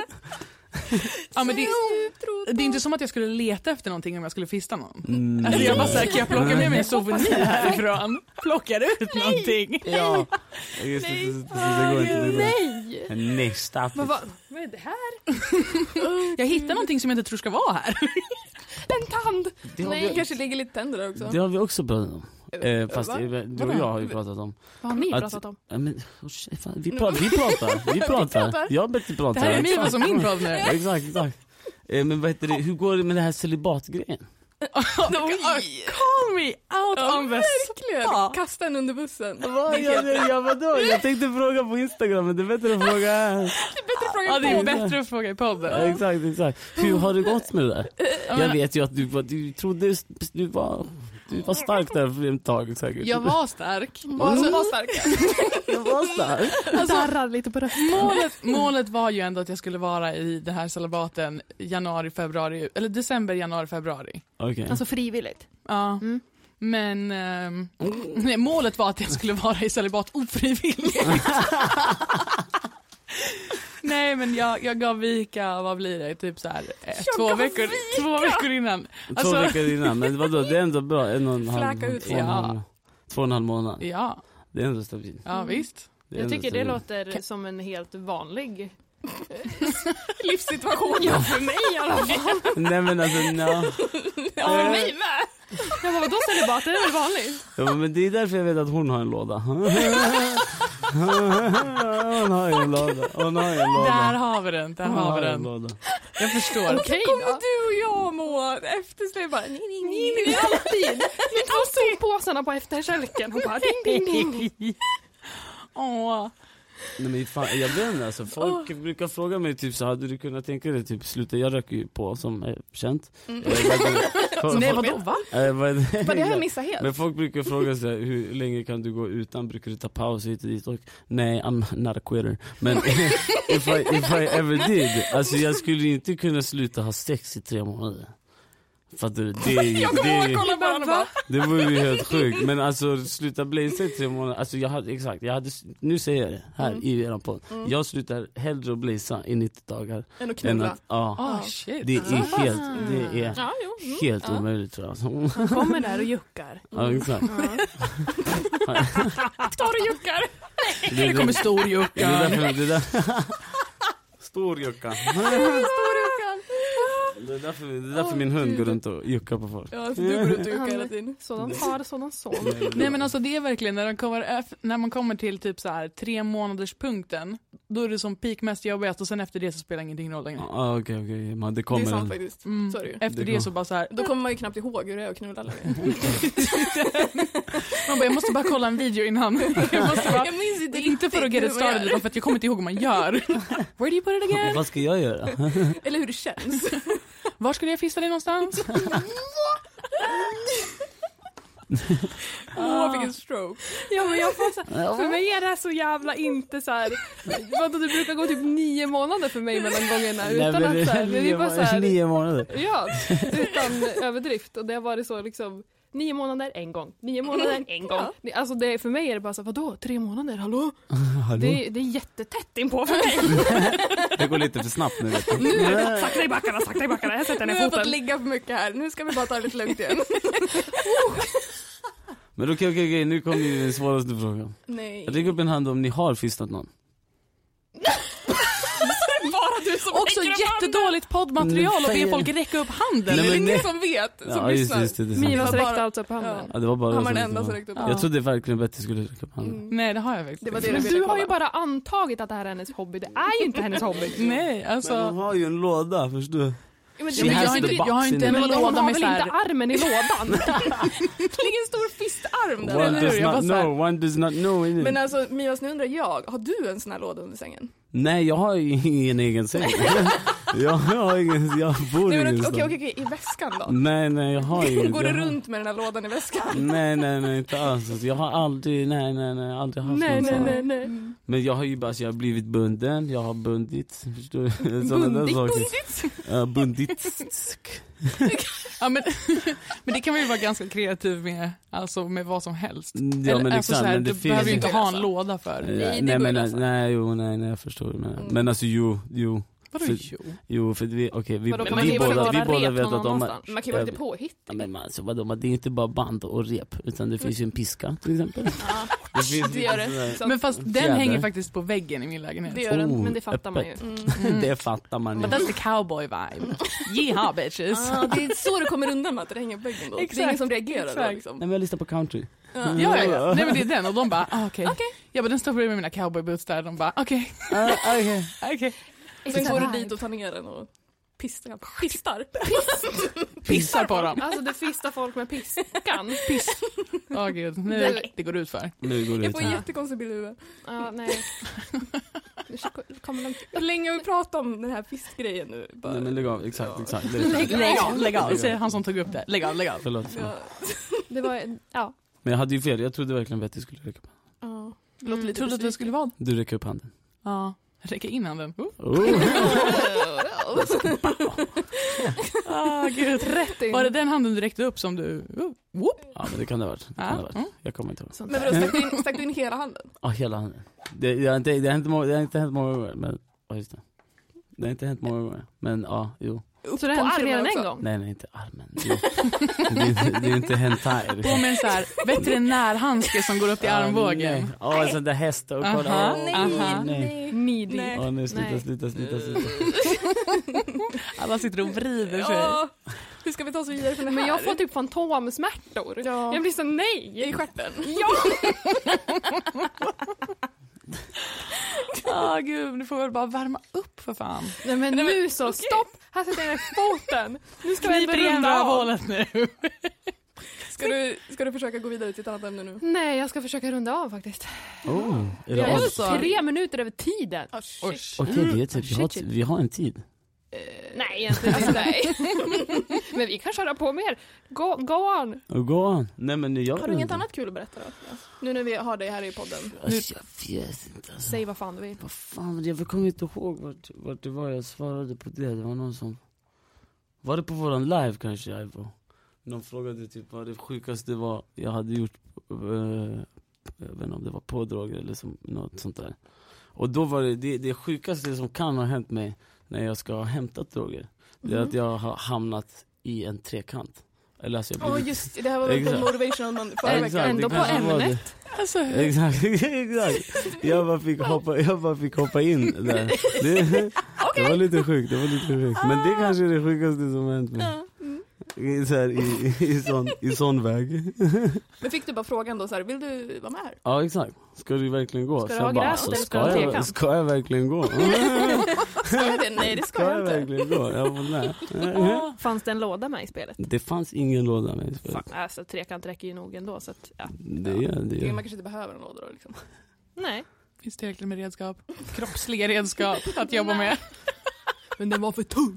Ja, men det är inte som att jag skulle leta efter någonting om jag skulle fista någon. Mm. Alltså jag bara såhär, kan jag plocka med mig en souvenir härifrån? Plockar ut någonting? Ja. Just det, det går inte. Nej! Nej, stop Men it. vad är det här? Jag hittar någonting som jag inte tror ska vara här. En tand! Det har Nej, vi- kanske ligger lite tänder där också. Det har vi också pratat om. Fast Va? du och jag har ju pratat om. Vad har ni Att- pratat om? Ja, men, fan, vi pratar. Jag börjar prata. Det här är min Exakt. som min podd nu. Ja, exakt. Men vad heter det? Hur går det med det här celibatgrejen? Call me out Ja, on the verkligen. spot. Kasta en under bussen. Vadå? Jag tänkte fråga på Instagram, men det är bättre att fråga här. Ja, det är bättre att fråga i podden. Ja, exakt. Hur har det gått med det där? Jag vet ju att du trodde du var stark där för ett tag säkert. Jag var stark. Alltså, var starka. Jag var stark. Darrar lite på rösten. Målet var ju ändå att jag skulle vara i den här celibaten december, januari, februari. Okej. Alltså frivilligt. Ja. Men nej, målet var att jag skulle vara i celibat ofrivilligt. Nej, men jag gav vika, vad blir det? Typ så här 2 veckor innan. 2 veckor innan, men vadå? Det är ändå bra. 1,5 Fläka ut. 2,5 månad. Ja, Det är ändå stabilt. ja visst. Det är Jag ändå tycker det stabilt. låter som en helt vanlig Livssituation. ja, för mig i alla fall. Nej, men alltså, no. Ja, för mig med. Jag bara, vadå celibat? Det är väl vanligt? Ja, men det är därför jag vet att hon har en låda. Hon har ju en låda. Där har vi den, Hon har en låda. Jag förstår. Okej Kommer då. du och jag må eftersläppa bara Det är alltid. Med 2 soppåsarna på efterkälken. Hon bara ding, ding, ding. Åh. Nej, men fan, jag vet inte, alltså, folk brukar fråga mig typ så, hade du kunnat tänka dig typ sluta, jag röker ju på som är känt. Nej, vadå? Va? Vad det har jag missat helt. Men folk brukar fråga sig hur länge kan du gå utan, brukar du ta paus hit och dit, och nej, I'm not a quitter. Men if I ever did, alltså jag skulle inte kunna sluta ha sex i 3 månader. Fattar du? Det var ju helt sjukt. Men alltså sluta blaza i 3 månader. Alltså jag hade, nu säger jag det här i eran podd. Jag slutar hellre att blaza i 90 dagar än att knulla. Shit. Det är helt omöjligt, tror jag. Han kommer där och juckar. Ja, exakt. Tar och juckar. Det kommer stor jucka. Det är där. Stor jucka. Det är därför min hund går runt och juckar på folk. Ja, så du går runt och juckar hela tiden. Sådan far, sådan son. Nej, men alltså det är verkligen när man kommer till typ så här 3 månaders punkten, då är det som peak mest jobbigast och sen efter det så spelar ingenting roll längre. Okej. Men det kommer. Det är sant faktiskt. Så är det ju. Efter det så bara så här. Då kommer man ju knappt ihåg hur det är att knulla längre. Man bara, jag måste bara kolla en video innan. Jag minns inte för att get it started, utan för att jag kommer inte ihåg vad man gör. Where do you put it again? Vad ska jag göra? Eller hur det känns. Var skulle jag fista dig någonstans? Fick en stroke. Ja, men jag får så här, för mig är det här så jävla inte så här. Det brukar gå typ 9 månader för mig mellan gångerna utan att så här, det är bara så här, 9 månader. Ja, utan överdrift, och det har varit så liksom 9 månader en gång, 9 månader en gång. Alltså det, för mig är det bara så, vadå? 3 månader, hallå? Det är jättetätt inpå för mig. Det går lite för snabbt nu. Nu är det sakta i backarna. Jag sätter Nu ner har jag fått foten. ligga för mycket här. Nu ska vi bara ta det lite lugnt igen. Men okej, nu kommer ju den svåraste frågan. Nej. Räck upp en hand om ni har fistat någon. Bara du som Också jättedåligt poddmaterial och be folk räcka upp handen. Det är men ingen nej. som vet, som Ja, lyssnar. just det. Mira var räckte bara- alltså upp handen. Ja, det var bara Han var jag den enda som räckte upp. Jag trodde verkligen Betty skulle räcka upp handen. Nej, det har jag faktiskt. Det var det Men du du ville har ju kolla. bara antagit att det här är hennes hobby. Det är ju inte hennes hobby. Nej, alltså. Men hon har ju en låda, förstår du? Ja, men She det has är the inte, box jag har inte in en it. låda Hon har med väl så här. inte armen i lådan? det ligger en stor fistarm där. One eller does hur? not bara så här- know, one does not know in it. Men alltså, Mias, nu undrar jag, har du en sån här låda under sängen? Nej, jag har ju ingen egen säng. jag bor Nej, men ingenstans. okej, i väskan då? Nej, jag har ingen. Går du jag har- runt med den här lådan i väskan? Nej, inte alls. Alltså, jag har aldrig, aldrig haft någon sån. Nej. Men jag har ju bara, jag har blivit bunden, jag har bundit, förstår du? Sådana där saker. Ja, bundit. Ja, men det kan man ju vara ganska kreativ med, alltså med vad som helst. Ja, men alltså, exakt, så här, men det du behöver ju finns inte ha en låda för. Nej, jag förstår det. Men alltså, jo. Vadå Jo, för vi Vadå, man kan ju båda vara vet rep att någon de någonstans. Man kan ju vara lite påhittig. Ja, men alltså, vadå, det är inte bara band och rep, utan det finns ju en piska till exempel. Det finns Det gör det. Så Men fast den Fjäder. hänger faktiskt på väggen i min lägenhet. det gör den. Men det fattar man ju. öppet. Det fattar man ju. But that's the cowboy vibe. Yeah, bitches. Det är så du kommer undan med att det hänger på väggen då. Det är Exakt, ingen som reagerar då exakt. liksom. Nej, men jag lyssnar på country. Ja. Nej, men det är den och de bara, okej. Jag bara, den står bredvid mina cowboy boots där. De bara, okej. Sen går du dit och tar ner den och pistar. Pissar på dem. Alltså du fistar folk med piskan. Åh gud, nej, det går ut för. Nu går det Jag ut får en här. jättekonstig bild i huvudet. Ja, nej. Kommer de... Hur länge har vi pratat om den här fiskgrejen nu? Bara... Nej, men lägg av, exakt. Lägg av. Säger han som tog upp det. Lägg av. Förlåt. Ja. Det var, ja. Men jag hade ju fel, jag trodde verkligen Betty skulle räcka upp handen. Ja. Det låter lite Trodde att det skulle vara. Du räcker upp handen. Ja, räcka in handen. Gud, rätt in. Var det den handen du räckte upp som du... Whoop. Ja, men det kan det ha varit. Ja. Jag kommer inte ihåg. Men vadå, stack du in hela handen? Ja, hela handen. Det har inte hänt många gånger, men... Ja, just det. Det har inte hänt många gånger. Men ja, jo. Så det hände mer än också? en gång? Nej, inte armen. Det är inte hentai. På med en så här veterinärhandske som går upp i armbågen. Ja, en sån där häst och kolla. Aha. Nej. Needy. Åh, nej, sluta. Alla sitter och vrider sig. Ja. Hur ska vi ta oss vidare från det här? Men jag får typ fantomsmärtor. Ja. Jag blir så nej. I stjärten. Gud, nu får väl bara värma upp för fan. Nej men nu så, stopp! Här sätter jag ner foten. Nu ska vi ändå Kniper igen runda av. rövhålet nu. Ska du försöka gå vidare till ett annat ämne nu? Nej, jag ska försöka runda av faktiskt. Är det Jag av? är 3 minuter över tiden. Okej, det är typ, vi har en tid. Nej, egentligen inte. Nej. Men vi kan köra på mer. Go on. Och gå on. Nej, men jag Har du inget annat kul att berätta då? Nu när vi har dig här i podden. Alltså, jag vet inte. Alltså. Säg vad fan du vill. Vad fan, jag kommer inte ihåg vart det var jag svarade på det. Det var någon som... Var det på våran live kanske, Ivo? De frågade typ vad det sjukaste var jag hade gjort. Jag vet inte om det var på droger eller något sånt där. Och då var det sjukaste som kan ha hänt mig när jag ska ha hämtat droger. Det är att jag har hamnat i en trekant. Eller alltså just det här var väl på motivational förra veckan. Ändå på ämnet. Alltså. Exakt. Jag bara fick hoppa in där. Det var lite sjukt. Men det kanske är det sjukaste som har hänt mig. Så här, i sån väg. Men fick du bara frågan då så här, vill du vara med här? Ja, exakt. Ska du verkligen gå? Ska du ha gräs eller ska du teka? Ska jag verkligen gå? Nej, det ska jag inte. Verkligen gå? Jag var med. Fanns det en låda med i spelet? Det fanns ingen låda med i spelet. Fan, alltså trekant räcker ju nog ändå så att, ja. Det man kanske inte behöver en låda då liksom. Nej. Finns tillräckligt med redskap. Kroppsliga redskap att jobba med. Men den var för tung.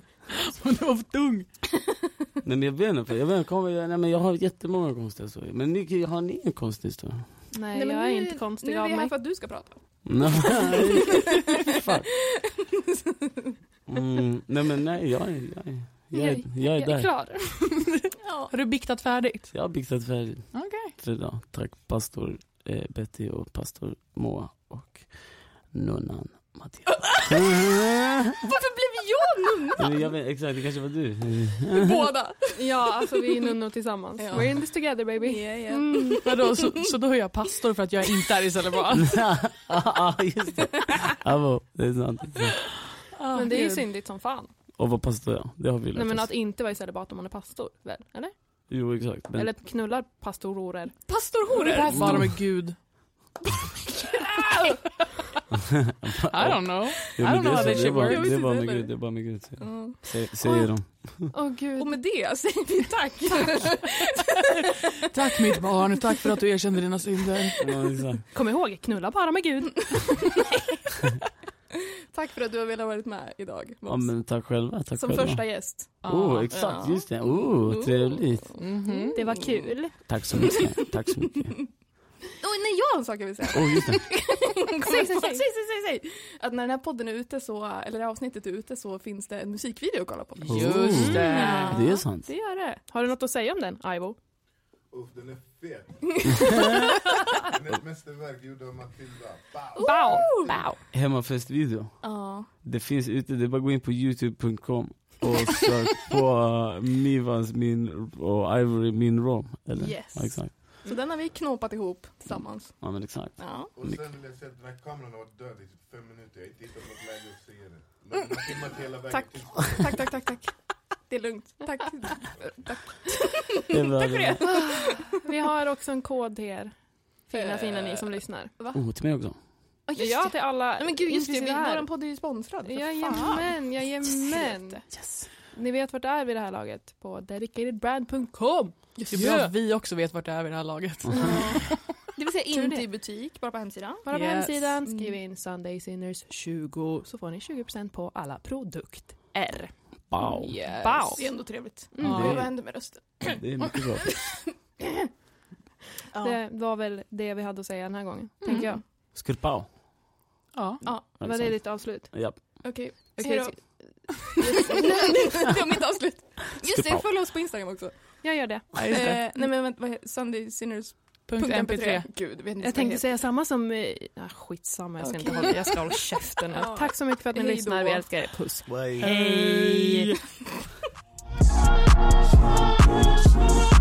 Nej, men jag har jättemånga konstiga historier. Men Nicky, har ni en konstig historia? Nej, jag är inte konstig av mig. Nu är vi här för att du ska prata. Nej, fuck. Nej, jag är där. Klar. Har du biktat färdigt? Jag har biktat färdigt. Okej. För idag. Tack pastor Betty och pastor Moa och nunnan Mattias. Varför blev jag nunna? Jag vet, exakt, det kanske var du. Båda. Ja, alltså vi är nunnor tillsammans. Ja. We're in this together, baby. Yeah. Vadå, så då är jag pastor för att jag inte är i celibat? Ja, just det. Det är sant. Men det är ju syndigt som fan. Och vad pastor jag? Det har vi lärt Nej, men oss. att inte vara i celibat om man är pastor, väl? Eller? Jo, exakt. Men... Eller knullar pastorer. Pastorhorer? Bara med Gud. I don't know. Jo, I don't know how that shit works. Det är bara med Gud. Säger de. Gud. Och med det säger vi tack. Tack mitt barn, tack för att du erkände dina synder. Kom ihåg, knulla bara med Gud. Tack för att du har velat vara med idag. Ja, men tack själva. Som första gäst. Exakt, just det. Trevligt. Mm-hmm. Det var kul. Tack så mycket. Nej, jag har en sak jag vill säga. Just det. Säg. Att när den här podden är ute eller det här avsnittet är ute så finns det en musikvideo att kolla på. Just det. Det är sant. Det gör det. Har du något att säga om den, Ivo? Den är fet. Den är ett mästerverk gjord av Matilda. Bow. Hemmafestvideo. Det finns ute, det är bara gå in på youtube.com och sök på Mivans och Ivory min rom. Eller? Yes. Ja, exakt. Så den har vi knåpat ihop tillsammans. Ja, men exakt. Ja. Och sen vill jag säga att den här kameran har varit död i typ 5 minuter. Jag har inte hittat något läge att se det. Den har filmat hela vägen. Tack. Det är lugnt. Tack. Tack för det. Vi har också en kod till er. Fina ni som lyssnar. Till mig också. Ja, till alla. Nej, men gud, just det. här. Våran podd är ju sponsrad. Jajamän. Yes. Ni vet vart det är vid det här laget på dedicatedbrand.com. Det är bra att vi också vet vart det är vid det här laget. Det vill säga inte i butik, bara på hemsidan. Bara på hemsidan, skriv in Sunday Sinners 20 så får ni 20% på alla produkter. Wow. Yes. Wow. Det är ändå trevligt. Vad händer med rösten? Det är mycket bra. Det var väl det vi hade att säga den här gången, tänker jag. Skurpau. Ja. Var det ditt avslut? Ja. Okej. Okay. Det var mitt avslut. Just det, följ oss på Instagram också. Jag gör det. Nej men vänta, vad heter Sunday Sinners .mp3. Gud, vet inte jag tänkte säga samma som skitsamma, jag ska inte hålla, jag ska hålla käften. Tack så mycket för att ni lyssnar, vi älskar er. Puss. Bye. Hej.